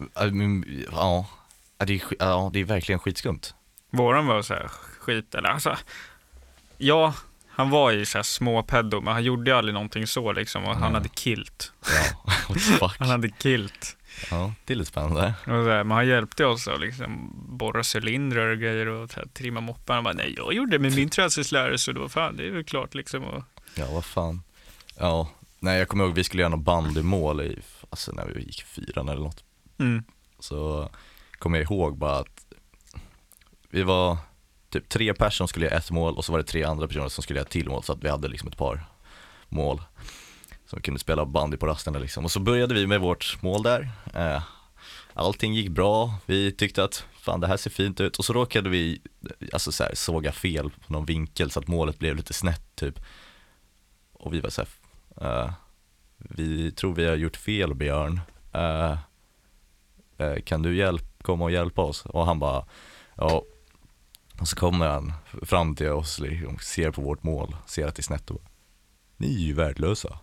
A: ja, det är, ja, det är verkligen skitskumt.
B: Våran var så här skit, eller alltså, ja, han var ju så här små pedo, men han gjorde aldrig någonting så liksom, och han ja. hade kilt.
A: Ja, what the fuck.
B: Han hade kilt.
A: Ja, det är lite spännande.
B: Och så här, men han hjälpte oss att liksom borra cylindrar och grejer och så här, trimma moppar. Han bara, nej, jag gjorde det med min träslöjdslärare så då fan, det är väl klart liksom. Och...
A: Ja, vad fan. Ja, nej, jag kommer ihåg vi skulle göra någon bandymål i, alltså när vi gick fyran eller något.
B: Mm.
A: Så kommer jag ihåg bara att vi var typ tre personer som skulle göra ett mål och så var det tre andra personer som skulle göra ett till mål, så att vi hade liksom ett par mål som vi kunde spela bandy på rasterna liksom. Och så började vi med vårt mål där. Allting gick bra. Vi tyckte att fan, det här ser fint ut. Och så råkade vi alltså så här, såga fel på någon vinkel så att målet blev lite snett typ. Och vi var så här, uh, vi tror vi har gjort fel, Björn. Uh, uh, kan du hjälp, komma och hjälpa oss? Och han bara, ja. Och så kommer han fram till oss liksom, ser på vårt mål, ser att det är snett och bara, ni är ju värdelösa.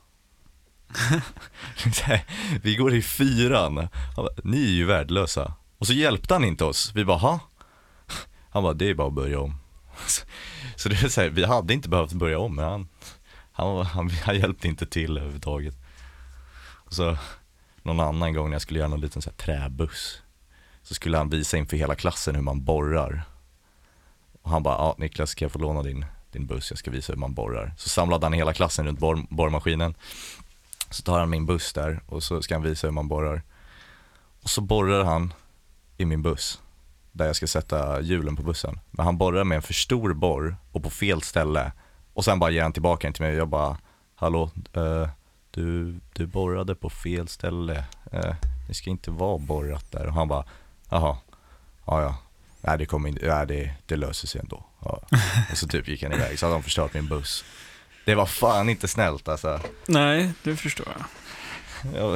A: Vi går i fyran. Han bara, ni är ju värdelösa. Och så hjälpte han inte oss. Vi bara, ha? Han bara, det är bara att börja om. Så det är så här, vi hade inte behövt börja om, men han, han, han, han hjälpte inte till överhuvudtaget. Och så någon annan gång när jag skulle göra någon liten så här träbuss, så skulle han visa inför hela klassen hur man borrar. Och han bara, ja Niklas, ska jag få låna din, din buss, jag ska visa hur man borrar. Så samlade han hela klassen runt borr, borrmaskinen. Så tar han min buss där och så ska han visa hur man borrar. Och så borrar han i min buss, där jag ska sätta hjulen på bussen. Men han borrar med en för stor borr och på fel ställe. Och sen bara ger han tillbaka den till mig och jag bara, hallå, uh, du, du borrade på fel ställe. Uh, det ska inte vara borrat där. Och han bara, jaha, ja ja. Nej, det, kommer inte, nej det, det löser sig ändå. Ja. Och så typ gick han iväg, så hade de förstört min buss. Det var fan inte snällt alltså.
B: Nej, det förstår jag.
A: Jag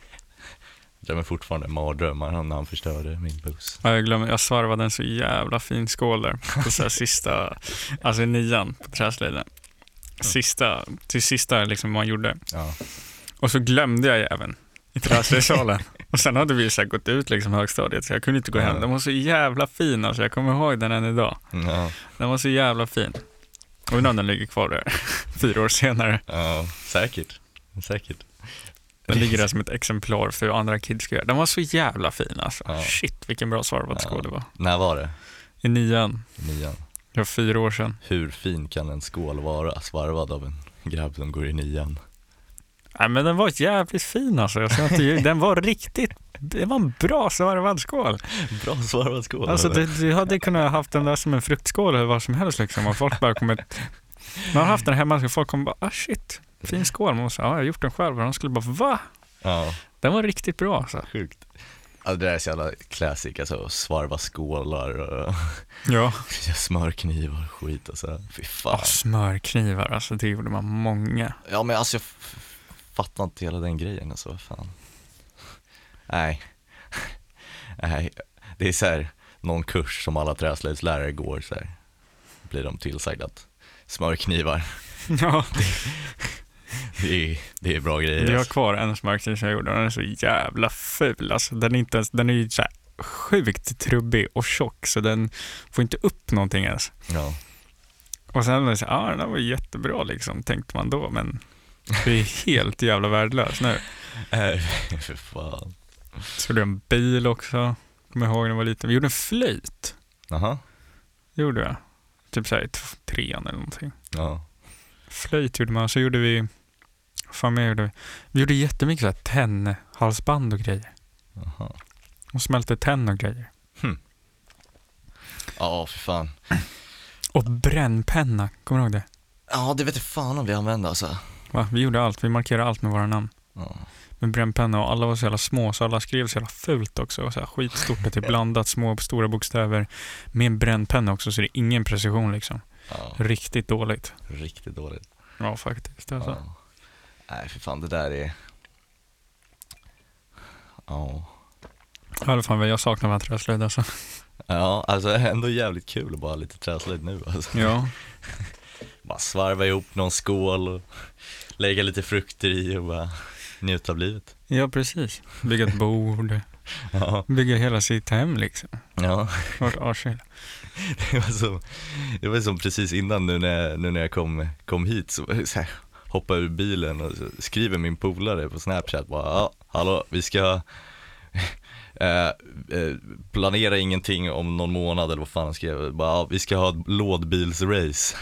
A: glömmer fortfarande mardrömmar när han förstörde min buss.
B: Ja, jag glömmer, jag svarvade en så jävla fin skål där på så här sista, alltså i nian på träslöjden. Sista, till sista liksom man gjorde.
A: Ja.
B: Och så glömde jag även i träslöjdsalen. Och sen hade vi så här gått ut liksom högstadiet, så jag kunde inte gå hem. Den var så jävla fin, alltså jag kommer ihåg den än idag.
A: Ja.
B: Den var så jävla fin. Och undrar om den ligger kvar där fyra år senare.
A: Ja, säkert. Säkert.
B: Den ligger där som ett exemplar för andra kids ska göra. Den var så jävla fin alltså.
A: Ja.
B: Shit, vilken bra svarvat skål det var.
A: När var det?
B: I nian.
A: Nian.
B: Det var fyra år sedan.
A: Hur fin kan en skål vara svarvad av en grabb som går i nian?
B: Nej, men den var jävligt fin alltså. Jag inte, den var riktigt, det var en bra svarvad skål.
A: Bra svarvad skål.
B: Alltså det, du hade kunnat haft den där som en fruktskål eller vad som helst liksom. Och folk bara kommit, man har haft den hemma så folk kommer bara, ah shit, fin skål. Man måste, ja, jag har gjort den själv. Och de skulle bara, va?
A: Ja.
B: Den var riktigt bra alltså.
A: Sjukt. Alltså det där är så jävla classic, alltså svarva skålar och
B: ja.
A: smörknivar och skit och så. Fy fan.
B: Ja, smörknivar, alltså det gjorde man många.
A: Ja men alltså jag f- fattar inte hela den grejen alltså, fan. Nej. Nej, det är så här någon kurs som alla träslöjdslärare går så här. Blir de tillsagda att smörknivar.
B: Ja,
A: det är, det är bra grejer.
B: jag har kvar en smörkniv som jag gjorde. Den är så jävla ful. Alltså, den är inte ens, den är ju så här sjukt trubbig och tjock så den får inte upp någonting ens.
A: Ja.
B: Och sen var det så här, ja, den var jättebra liksom, tänkte man då, men det är helt jävla värdelös nu.
A: Nej, för fan.
B: Så gjorde jag en bil också. Kommer jag ihåg när jag var liten. Vi gjorde en flöjt.
A: Jaha.
B: Det gjorde jag. Typ såhär trean eller någonting.
A: Ja.
B: Flöjt gjorde man. Så gjorde vi, fan med gjorde vi. Vi gjorde jättemycket såhär tennhalsband och grejer.
A: Jaha.
B: Och smälte tenn och grejer.
A: Hm. Ja, för fan.
B: Och brännpenna, kommer du ihåg det?
A: Ja, det vet jag fan om vi använde alltså.
B: Va? Vi gjorde allt, vi markerade allt med våra namn.
A: Ja.
B: Med brännpenna och alla var så jävla små så alla skrev så jävla fult också. Och så här skitstort att det är blandat små och stora bokstäver med en brännpenna också så det är ingen precision liksom.
A: Ja.
B: Riktigt dåligt.
A: Riktigt dåligt.
B: Ja, faktiskt. Alltså.
A: Ja. Nej, för fan, det där är... Ja.
B: I alla fall, jag saknar vad träslöjd alltså.
A: Ja, alltså ändå jävligt kul att bara ha lite träslöjd nu alltså.
B: Ja.
A: Bara svarva ihop någon skål och lägga lite frukter i och bara njuta av livet.
B: Ja, precis. Bygga ett bord.
A: Ja.
B: Bygga hela sitt hem liksom.
A: Ja.
B: Vart arsel.
A: Det var som, det var som precis innan nu när jag, nu när jag kom, kom hit så, så här, hoppade ur bilen och så skriver min polare på Snapchat bara, ja, hallå, vi ska eh, eh, planera ingenting om någon månad eller vad fan han skrev. Bara, ja, vi ska ha ett lådbilsrace.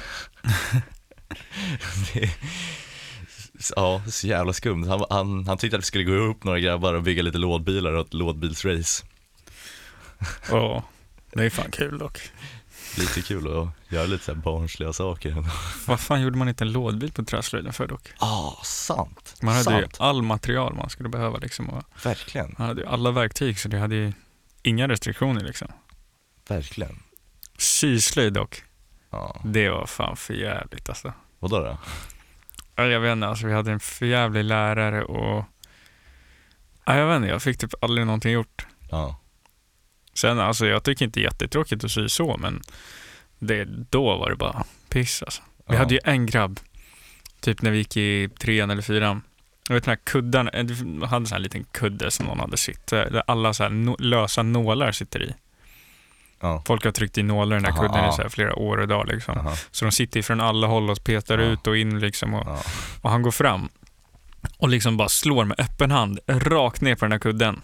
A: Det, ja, så jävla skumt. Han, han, han tyckte att vi skulle gå upp några grabbar och bygga lite lådbilar och ett lådbilsrace.
B: Ja, det är fan kul dock.
A: Lite kul att göra lite så här barnsliga saker.
B: Vad fan gjorde man inte en lådbil på träslöjden för dock?
A: Ja, ah, sant.
B: Man hade
A: sant.
B: ju all material man skulle behöva liksom. Och
A: Verkligen.
B: man hade ju alla verktyg så det hade ju inga restriktioner liksom.
A: Verkligen.
B: Syslöjd dock.
A: Ja.
B: Det var fan för jävligt alltså.
A: Vadå då?
B: Ja, jag vet inte, alltså vi hade en för jävlig lärare och ja, jag vet inte, jag fick typ aldrig någonting gjort.
A: Ja.
B: Sen alltså jag tycker inte jättetråkigt att sy så, men det, då var det bara piss alltså. Vi
A: Ja.
B: hade ju en grabb typ när vi gick i trean eller fyran. Jag vet den här kudden, du hade så här en liten kudde som någon hade sytt där alla så här no, lösa nålar sitter i.
A: Ja.
B: Folk har tryckt i nålar i den här
A: Aha,
B: kudden
A: ja.
B: i så här flera år och dagar liksom.
A: Aha.
B: Så de sitter från alla håll och petar
A: Ja.
B: ut och in liksom. Och,
A: Ja.
B: och han går fram och liksom bara slår med öppen hand rakt ner på den här kudden.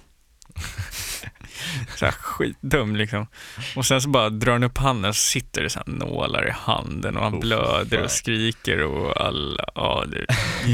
B: Så här skitdum liksom. Och sen så bara drar han upp handen och så sitter det så här nålar i handen och han
A: Oh,
B: blöder
A: fan.
B: och skriker och alla, ja det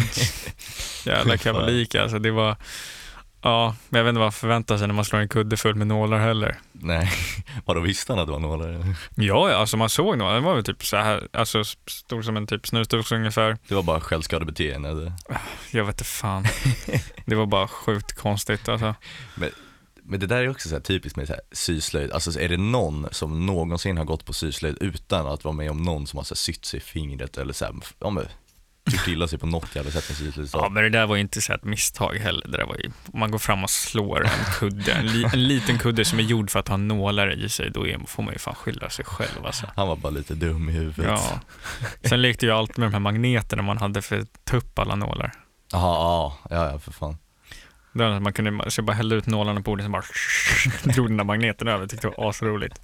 B: jävla kabalik alltså. Det var, ja, men jag vet inte vad man förväntar sig när man slår en kudde full med nålar heller.
A: Nej, vadå, visste han att det var nålar?
B: Ja, ja, alltså man såg nålar, det var väl typ så här, alltså stor som en typ snusdos ungefär.
A: Det var bara självskadebeteende. Eller?
B: Jag vet inte fan. Det var bara sjukt konstigt alltså.
A: Men, men det där är också så här typiskt med så här syslöjd. Alltså är det någon som någonsin har gått på syslöjd utan att vara med om någon som har så här sytt sig i fingret eller så här, ja men gjort illa sig på något jävla sätt med syslöjd.
B: Ja, men det där var ju inte så ett misstag heller. Det där var ju, om man går fram och slår en kudde, en, li, en liten kudde som är gjord för att ha nålar i sig, då är, får man ju fan skylla sig själv alltså.
A: Han var bara lite dum i huvudet.
B: Ja. Sen lekte ju allt med de här magneterna man hade för att ta upp alla nålar.
A: Jaha, ja, ja, ja, för fan.
B: Där man kunde så bara hälla ut nålarna på bordet och bara drog den där magneten över. Tyckte det var asroligt.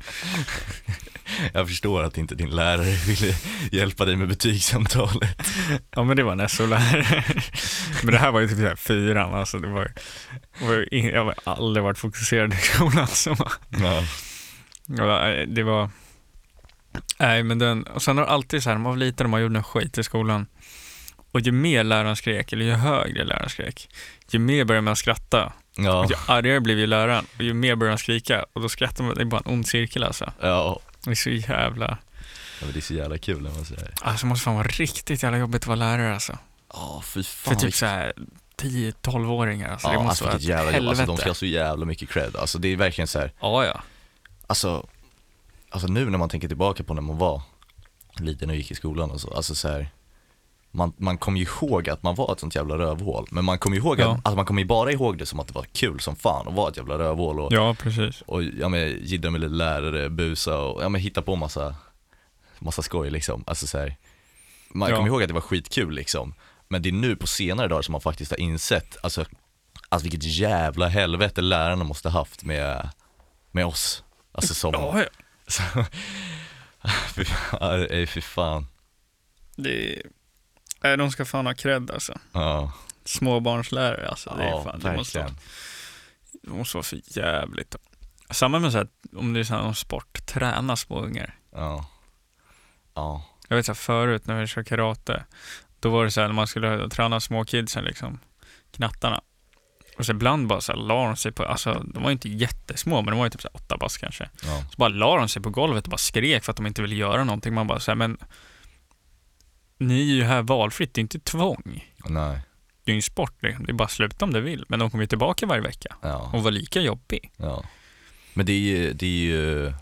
A: Jag förstår att inte din lärare ville hjälpa dig med betygssamtalet.
B: Ja, men det var en S O-lärare. Men det här var ju typ så här fyran. Alltså det var, var in, jag har aldrig varit fokuserad i skolan. Så
A: Ja.
B: ja, det var... Nej, men den... Och sen har det alltid så här, man var liten och man gjorde en skit i skolan. Och ju mer läraren skrek, eller ju högre läraren skrek, ju mer började man skratta.
A: Ja.
B: Och ju argare blev ju läraren. Och ju mer började han skrika. Och då skrattar man, det är bara en ond cirkel alltså.
A: Ja.
B: Det är så jävla...
A: Ja, men det är så jävla kul när man säger.
B: Alltså det måste fan vara riktigt jävla jobbigt att vara lärare alltså.
A: Ja, fy fan.
B: För typ så här tio tolv-åringar alltså.
A: Ja,
B: Det måste
A: alltså,
B: vara
A: vilket jävla jobb.
B: helvete.
A: Alltså, de ska ha så jävla mycket cred. Alltså det är verkligen så här.
B: Ja, ja.
A: Alltså, alltså nu när man tänker tillbaka på när man var liten och gick i skolan och så, alltså så här, man, man kommer ju ihåg att man var ett sånt jävla rövhål, men man kommer ju ihåg
B: Ja.
A: att, alltså man kommer ju bara ihåg det som att det var kul som fan och var ett jävla rövhål och,
B: Ja, precis.
A: och ja men jiddra med lite lärare, busa och ja men hitta på massa massa skoj liksom, alltså så här, man
B: Ja.
A: kommer ihåg att det var skitkul liksom, men det är nu på senare dagar som man faktiskt har insett, alltså, alltså vilket jävla helvete lärarna måste haft med, med oss, alltså som
B: Ja, ja.
A: så, fy, nej, fy fan.
B: Det är, de ska fan ha cred alltså.
A: Ja,
B: Småbarnslärare alltså. Det är
A: ja
B: fan, det måste,
A: verkligen.
B: det måste vara för jävligt. Samma med så här, om det är så här, någon sport, träna små ungar.
A: Ja. Ja.
B: Jag vet så här, förut när vi körde karate, då var det så här när man skulle träna små kidsen liksom, knattarna. Och så ibland bara så här, la de sig på, alltså de var ju inte jättesmå, men de var ju typ så här åtta bast kanske.
A: Ja.
B: Så bara la de sig på golvet och bara skrek för att de inte ville göra någonting. Man bara så här, men ni är ju här valfritt, det är inte tvång.
A: Nej.
B: Det är ju en sport liksom. Det är bara sluta om du vill. Men de kommer ju tillbaka varje vecka
A: Ja.
B: och var lika jobbig.
A: Ja. Men det är ju, det är ju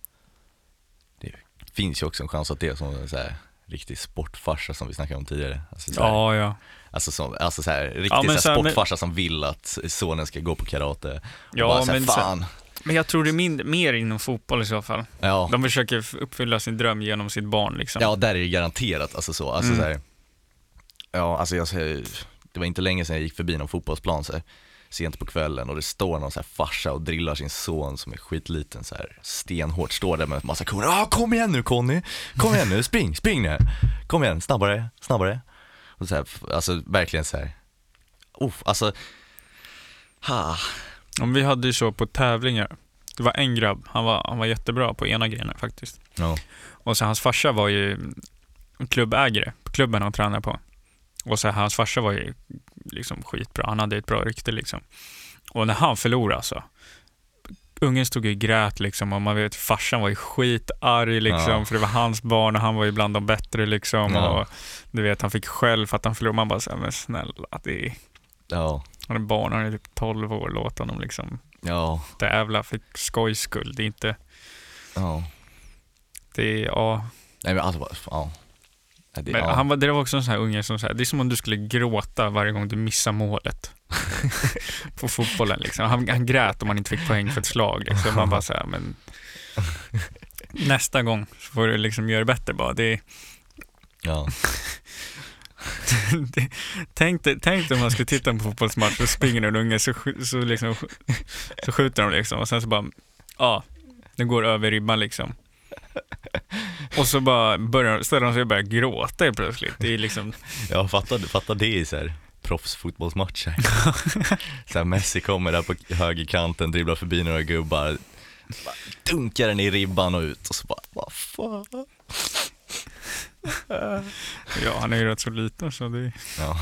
A: det finns ju också en chans att det är som en så här riktig sportfarsa som vi snackade om tidigare. Alltså så här,
B: Ja, ja.
A: alltså som, alltså så här riktig
B: Ja, men
A: så
B: så
A: här
B: här, men-
A: sportfarsa som vill att sonen ska gå på karate. Och
B: Ja,
A: bara så här,
B: men så-
A: fan.
B: Men jag tror det är min, mer inom fotboll i så fall.
A: Ja.
B: De försöker f- uppfylla sin dröm genom sitt barn liksom.
A: Ja, där är det garanterat alltså så, alltså
B: Mm.
A: så här, ja, alltså jag säger, det var inte länge sedan jag gick förbi någon fotbollsplan så här, sent på kvällen och det står någon så här farsa och drillar sin son som är skitliten så här, stenhårt, står där med en massa koner. Ja, kom igen nu Conny, kom igen nu, spring, spring nu, kom igen, snabbare, snabbare. Och så här, alltså verkligen så här, uff, alltså, ha.
B: Om vi hade ju så på tävlingar. Det var en grabb, han var, han var jättebra på ena grenen faktiskt.
A: Ja.
B: Och så hans farsa var ju klubbägare på klubben han tränade på. Och så hans farsa var ju liksom skitbra. Han hade ett bra rykte liksom. Och när han förlorade alltså, ungen stod ju i grät liksom, och man vet farsan var ju skitarg liksom,
A: Ja.
B: för det var hans barn och han var ju bland de bättre liksom.
A: Ja.
B: Och du vet, han fick själv för att han förlorade. Man bara så men snälla, det är,
A: Ja.
B: han är barn, han är typ tolv år, låt honom liksom
A: Ja.
B: tävla för skojs skull. Det är inte,
A: Ja.
B: det är, ja.
A: Nej men alltså, bara, ja. Nej, det,
B: Men
A: ja.
B: han var, det var också en sån här unge som så här, det är som om du skulle gråta varje gång du missar målet på fotbollen liksom. Han, han grät om man inte fick poäng för ett slag liksom. Man bara så här, men nästa gång så får du liksom göra det bättre bara. Det,
A: Ja.
B: det, tänk, dig, tänk dig om man skulle titta på en fotbollsmatch och springer en unge så, sk- så, liksom, så skjuter de liksom och sen så bara, ja, Det går över ribban liksom. Och så bara börjar ställer de sig och börjar gråta helt plötsligt. Det är liksom...
A: Jag fattar, fattar det i så här proffsfotbollsmatcher. Så här Messi kommer där på högerkanten, dribblar förbi några gubbar, bara dunkar den i ribban och ut och så bara, vad fan.
B: Ja, han är ju rätt så liten så det...
A: Ja.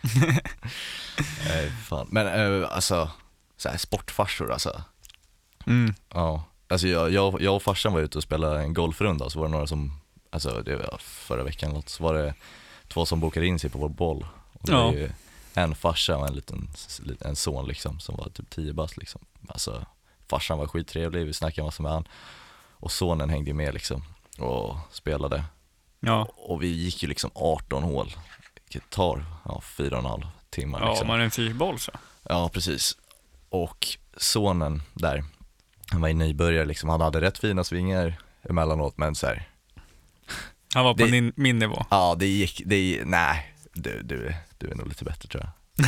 A: Nej, fan. Men äh, alltså så här sportfarsor alltså.
B: Mm.
A: Ja. Alltså jag, jag, jag och farsan var ute och spelade en golfrunda, så var det några som, alltså det var förra veckan något, så var det två som bokade in sig på vår boll. Och det
B: Ja.
A: var ju en farsa och en liten en son liksom, som var typ tio bast liksom. Alltså farsan var skittrevlig, vi snackade massor med han. Och sonen hängde med liksom och spelade.
B: Ja,
A: Och vi gick ju liksom arton hål, vilket tar ja, fyra och en halv timmar
B: ja
A: liksom.
B: man är en fyrboll så.
A: Ja, precis. Och sonen där, han var i nybörjare liksom, han hade rätt fina svingar emellanåt, men så här.
B: Han var på
A: Det-
B: din, min nivå.
A: Ja, det gick, det, nej, du, du, du är nog lite bättre tror jag.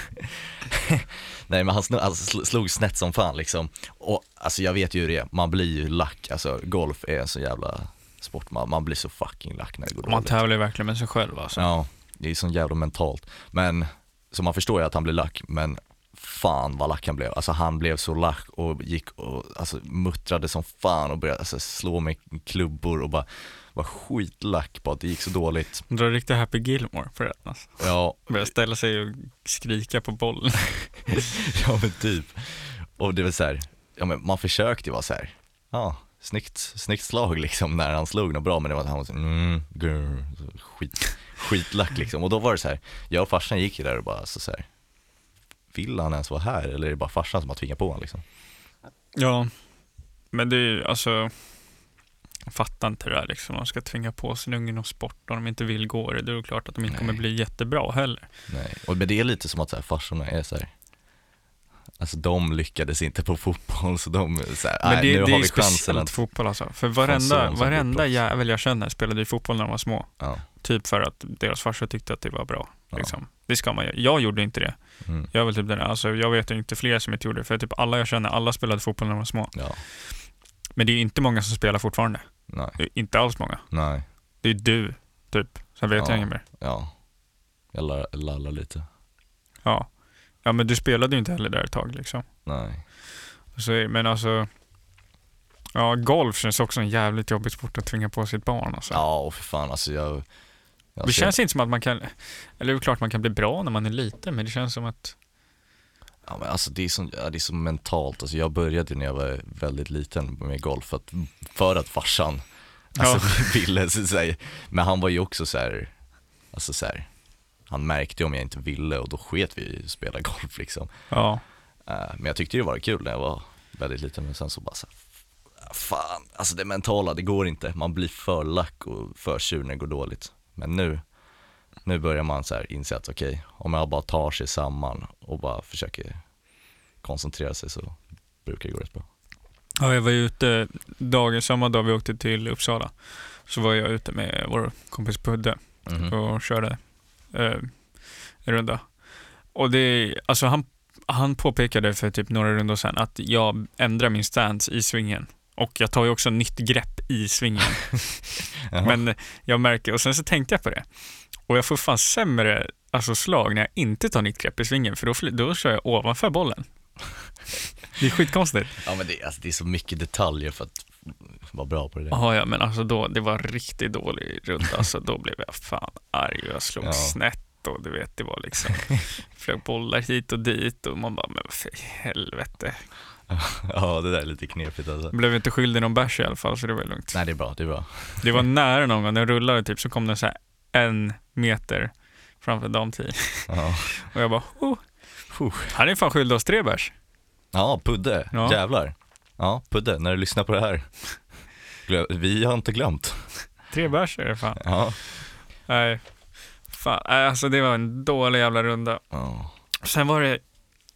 A: Nej, men han slog, alltså, slog snett som fan liksom. Och alltså jag vet ju hur det är, man blir ju lack, alltså golf är en så jävla sport, man, man blir så fucking lack när det går
B: Man
A: dåligt.
B: tävlar ju verkligen med sig själv alltså.
A: Ja, det är så jävla mentalt. Men, så man förstår ju att han blir lack, men fan vad lack han blev. Alltså han blev så lack och gick och alltså, muttrade som fan och började alltså, slå med klubbor och bara var skitlack på att det gick så dåligt.
B: Du drar riktigt Happy Gilmore för det alltså.
A: Ja,
B: Börjar ställa sig och skrika på bollen.
A: ja men typ. Och det var så här, ja men man försökte ju vara så här, ja, snyggt, snyggt slag liksom när han slog något bra, men det var att han var så mm, grr, så skit, skitlack liksom. Och då var det så här, jag och farsan gick ju där och bara så, så här, vill han ens vara här eller är det bara farsan som har tvingat på honom liksom?
B: Ja, men det är ju alltså, jag fattar inte det där liksom. Man ska tvinga på sin unge någon sport om de inte vill gå det. Det är ju klart att de inte
A: Nej.
B: kommer bli jättebra heller.
A: Nej, och men det är lite som att så här, farsorna är så här, alltså de lyckades inte på fotboll så de så här,
B: Men
A: nej,
B: det,
A: nu
B: det
A: har
B: är
A: vi chansen
B: speciellt
A: att,
B: fotboll alltså. För
A: son
B: varenda,
A: som blir
B: varenda
A: proffs.
B: jävel jag känner spelade i fotboll när de var små.
A: ja,
B: Typ för att deras farsa tyckte att det var bra.
A: Ja.
B: Liksom. Det ska man göra. Jag gjorde inte det.
A: mm,
B: Jag, väl typ den, alltså, jag vet inte fler som inte gjorde det. För typ alla jag känner, alla spelade fotboll när de var små.
A: ja,
B: Men det är inte många som spelar fortfarande.
A: nej,
B: Det är inte alls många.
A: nej,
B: Det är du, typ. Sen vet
A: Ja.
B: jag inget mer.
A: ja, jag lallar, lallar lite,
B: Ja. Ja, men du spelade ju inte heller där ett tag liksom.
A: nej.
B: Så, men alltså, ja, golf känns också en jävligt jobbig sport att tvinga på sitt barn alltså.
A: Ja, och för fan, alltså jag, jag
B: Det
A: ser-
B: känns inte som att man kan, eller det är klart man kan bli bra när man är liten, men det känns som att,
A: ja, men alltså det är så, ja, det är så mentalt, alltså jag började när jag var väldigt liten med golf för att, för att farsan alltså, ville så säga, men han var ju också så här, alltså så här, han märkte om jag inte ville och då sket vi i att spela golf liksom.
B: ja,
A: Uh, men jag tyckte det var kul när jag var väldigt liten, men sen så bara så här, fan, alltså det mentala, det går inte, man blir för lack och för sur när det går dåligt. Men nu, nu börjar man så här inse att okej, om jag bara tar sig samman och bara försöker koncentrera sig så brukar det gå rätt bra.
B: ja, jag var ju ute dagen, samma dag vi åkte till Uppsala, så var jag ute med vår kompis Pudde
A: Mhm.
B: och körde eh, en runda. Och det, alltså han, han påpekade för typ några rundor sedan att jag ändrar min stance i svingen. Och jag tar ju också nytt grepp i svingen.
A: Jaha.
B: Men jag märker, och sen så tänkte jag på det. Och jag får fan sämre alltså, slag när jag inte tar nytt grepp i svingen. För då, fly- då kör jag ovanför bollen. Det är skitkonstigt.
A: Ja, men det, alltså, det är så mycket detaljer för att vara bra på det där.
B: Jaha, ja, men alltså då, det var riktigt dålig runda. Alltså då blev jag fan arg och jag slog
A: Ja.
B: snett. Och du vet, det var liksom flög bollar hit och dit. Och man bara, men för helvete.
A: Ja, det där är lite knepigt alltså.
B: Jag blev inte skyldig någon bärs i alla fall, så det var lugnt.
A: Nej, det är bra, det är bra.
B: Det var nära någon gång, den rullade typ, så kom den så här en meter framför damtid.
A: Ja,
B: Och jag bara, oh,
A: Puh.
B: han är fan skyldig oss tre bärs.
A: Ja, Pudde,
B: Ja.
A: jävlar. Ja, Pudde, när du lyssnar på det här, glö- vi har inte glömt.
B: Tre bärs är det fan.
A: Ja.
B: Nej, fan. Nej, alltså det var en dålig jävla runda.
A: Ja.
B: Sen var det,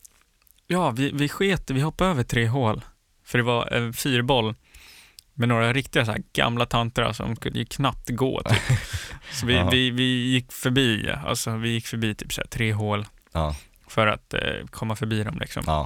B: ja, vi, vi sket, vi hoppade över tre hål. För det var en fyrboll med några riktiga så här gamla tanter som kunde ju knappt gå typ. Så vi,
A: Ja.
B: vi, vi gick förbi, alltså vi gick förbi typ så här tre hål
A: Ja.
B: för att eh, komma förbi dem liksom.
A: Ja.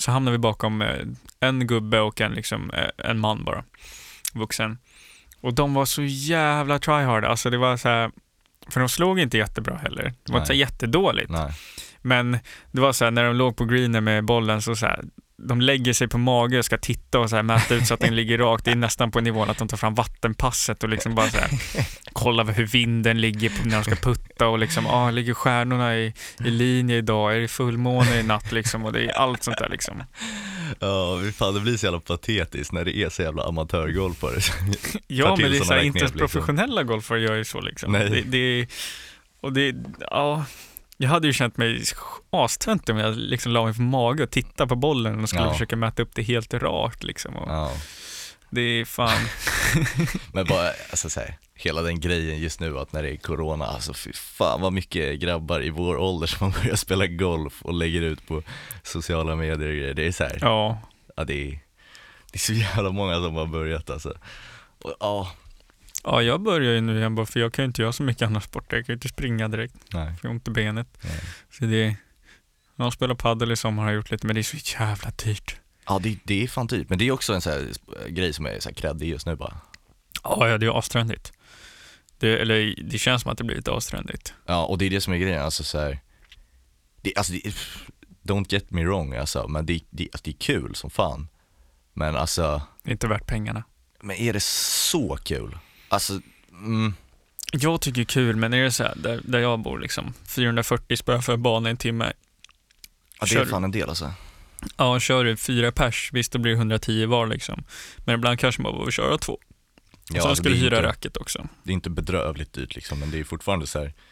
B: Så hamnade vi bakom eh, en gubbe och en, liksom, eh, en man bara, vuxen. Och de var så jävla tryhard. Alltså det var så här, för de slog inte jättebra heller. Det var
A: Nej.
B: inte så jättedåligt.
A: Nej.
B: Men det var så här, när de låg på greenen med bollen så så här, de lägger sig på mage och ska titta och så här, mäta ut så att den ligger rakt. Det är nästan på nivån att de tar fram vattenpasset och liksom bara så här, kolla hur vinden ligger på när de ska putta och liksom, ah, ligger stjärnorna i, i linje idag, är det fullmåne i natt liksom, och det är allt sånt där liksom.
A: Ja, fan, det blir så jävla patetiskt när det är så jävla amatörgolfare.
B: Ja, men det är så här,
A: knep,
B: inte ens
A: liksom.
B: professionella golfare gör ju så liksom.
A: Nej.
B: Det, det, och det, ja, jag hade ju känt mig astönt om jag liksom la mig på mage och titta på bollen och skulle
A: Ja.
B: försöka mäta upp det helt rakt liksom. Och
A: Ja.
B: det är fan.
A: Men bara, alltså så här, hela den grejen just nu att när det är corona, alltså fy fan vad mycket grabbar i vår ålder som börjar spela golf och lägger ut på sociala medier och grejer. Det är så här,
B: Ja.
A: ja, det är, det är så jävla många som har börjat alltså. Och, ja,
B: Ja, jag börjar ju nu igen bara för jag kan ju inte göra så mycket andra sporter. Jag kan ju inte springa direkt.
A: nej.
B: Jag har ont i benet.
A: nej.
B: Så det, jag har spelat paddel i sommar, har jag gjort lite, men det är så jävla dyrt.
A: Ja, det, det är fan typ, men det är också en så här grej som är så här kreddig just nu bara.
B: Ja, ja, det är asträndigt. Det, eller det känns som att det blir lite asträndigt.
A: Ja, och det är det som är grejen, alltså så här, det, alltså det, don't get me wrong alltså, men det, det, alltså, det är kul som fan. Men alltså,
B: Det är inte värt pengarna.
A: men är det så kul? Alltså, mm,
B: Jag tycker det är kul, men är det så här, där, där jag bor liksom, fyrahundrafyrtio spö för banan i en timme.
A: ja, det
B: Kör
A: är
B: du?
A: fan en del alltså.
B: Ja, kör du fyra pers, visst då blir det hundratio var liksom. Men ibland kanske man behöver köra två. Och
A: Ja,
B: sen
A: alltså,
B: ska du
A: det är
B: hyra
A: inte,
B: racket också.
A: det är inte bedrövligt dyrt liksom, men det är fortfarande så här.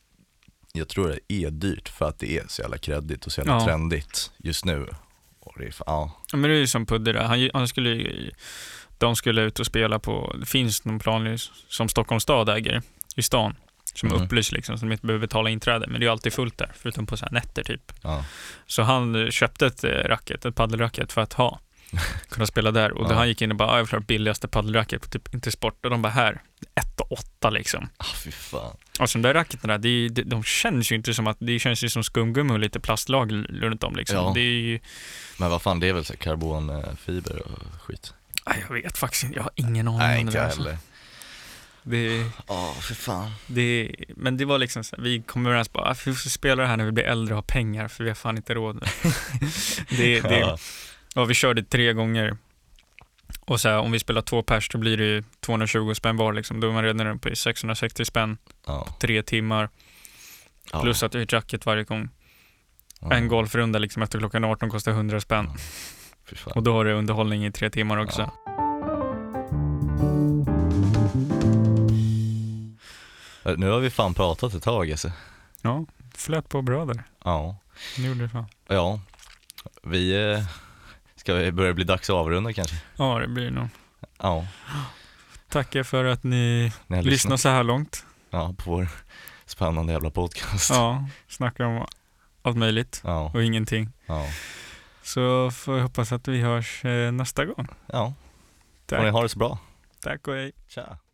A: Jag tror det är dyrt för att det är så jävla kreddigt och så jävla
B: Ja.
A: trendigt just nu. Och det är fan, ja.
B: Ja, men det är ju som Pudde där. Han, han skulle ju- de skulle ut och spela på, det finns någon plan ju som Stockholms stad äger i stan. Som är
A: Mhm.
B: upplyst liksom, som inte behöver betala inträde. Men det är ju alltid fullt där, förutom på så här nätter typ.
A: Ja.
B: Så han eh, köpte ett eh, racket, ett paddelracket för att ha. Kunna spela där. Och då
A: Ja.
B: han gick in och bara, "Ah, jag vill ha det billigaste paddelracket på typ inte sport." Och de bara, här, ett och åtta liksom.
A: Ah, fy fan.
B: Alltså de där racketen där, det, det, de känns ju inte som att, det känns ju som skumgummi och lite plastlag runt om liksom.
A: Ja.
B: Det är ju,
A: Men vad fan, det är väl så här karbonfiber och skit?
B: nej, jag vet faktiskt inte, jag har ingen aning
A: Nej,
B: om det
A: inte
B: där.
A: jag
B: Alltså.
A: heller.
B: Det,
A: Ja, för fan.
B: det, men det var liksom så här, vi kom överens bara, "Ah, vi får spela det här när vi blir äldre och har pengar, för vi har fan inte råd." det, det,
A: Ja.
B: ja, vi körde tre gånger. Och så här, om vi spelar två pers då blir det ju tvåhundratjugo spänn var liksom. Då är man redan uppe i sexhundrasextio spänn,
A: Ja.
B: tre timmar.
A: Ja.
B: Plus att du har jacket varje gång.
A: Ja.
B: En golfrunda liksom efter klockan arton kostar hundra spänn.
A: Fy fan.
B: Och då har du underhållning i tre timmar också.
A: Ja. Nu har vi fan pratat ett tag alltså.
B: Ja, flöt på bra där.
A: Ja.
B: Nu gjorde det fan.
A: Ja. Vi eh, ska vi börja bli dags att avrunda kanske.
B: Ja, det blir nog.
A: Ja.
B: Tackar för att ni
A: Ni har
B: lyssnar
A: lyssnat,
B: så här långt.
A: ja, på vår spännande jävla podcast.
B: Ja, snackar om allt möjligt
A: Ja.
B: och ingenting.
A: Ja.
B: Så får jag hoppas att vi hörs eh, nästa gång.
A: Ja. Får
B: Tack,
A: ni ha det så bra.
B: tack och hej.
A: Tja.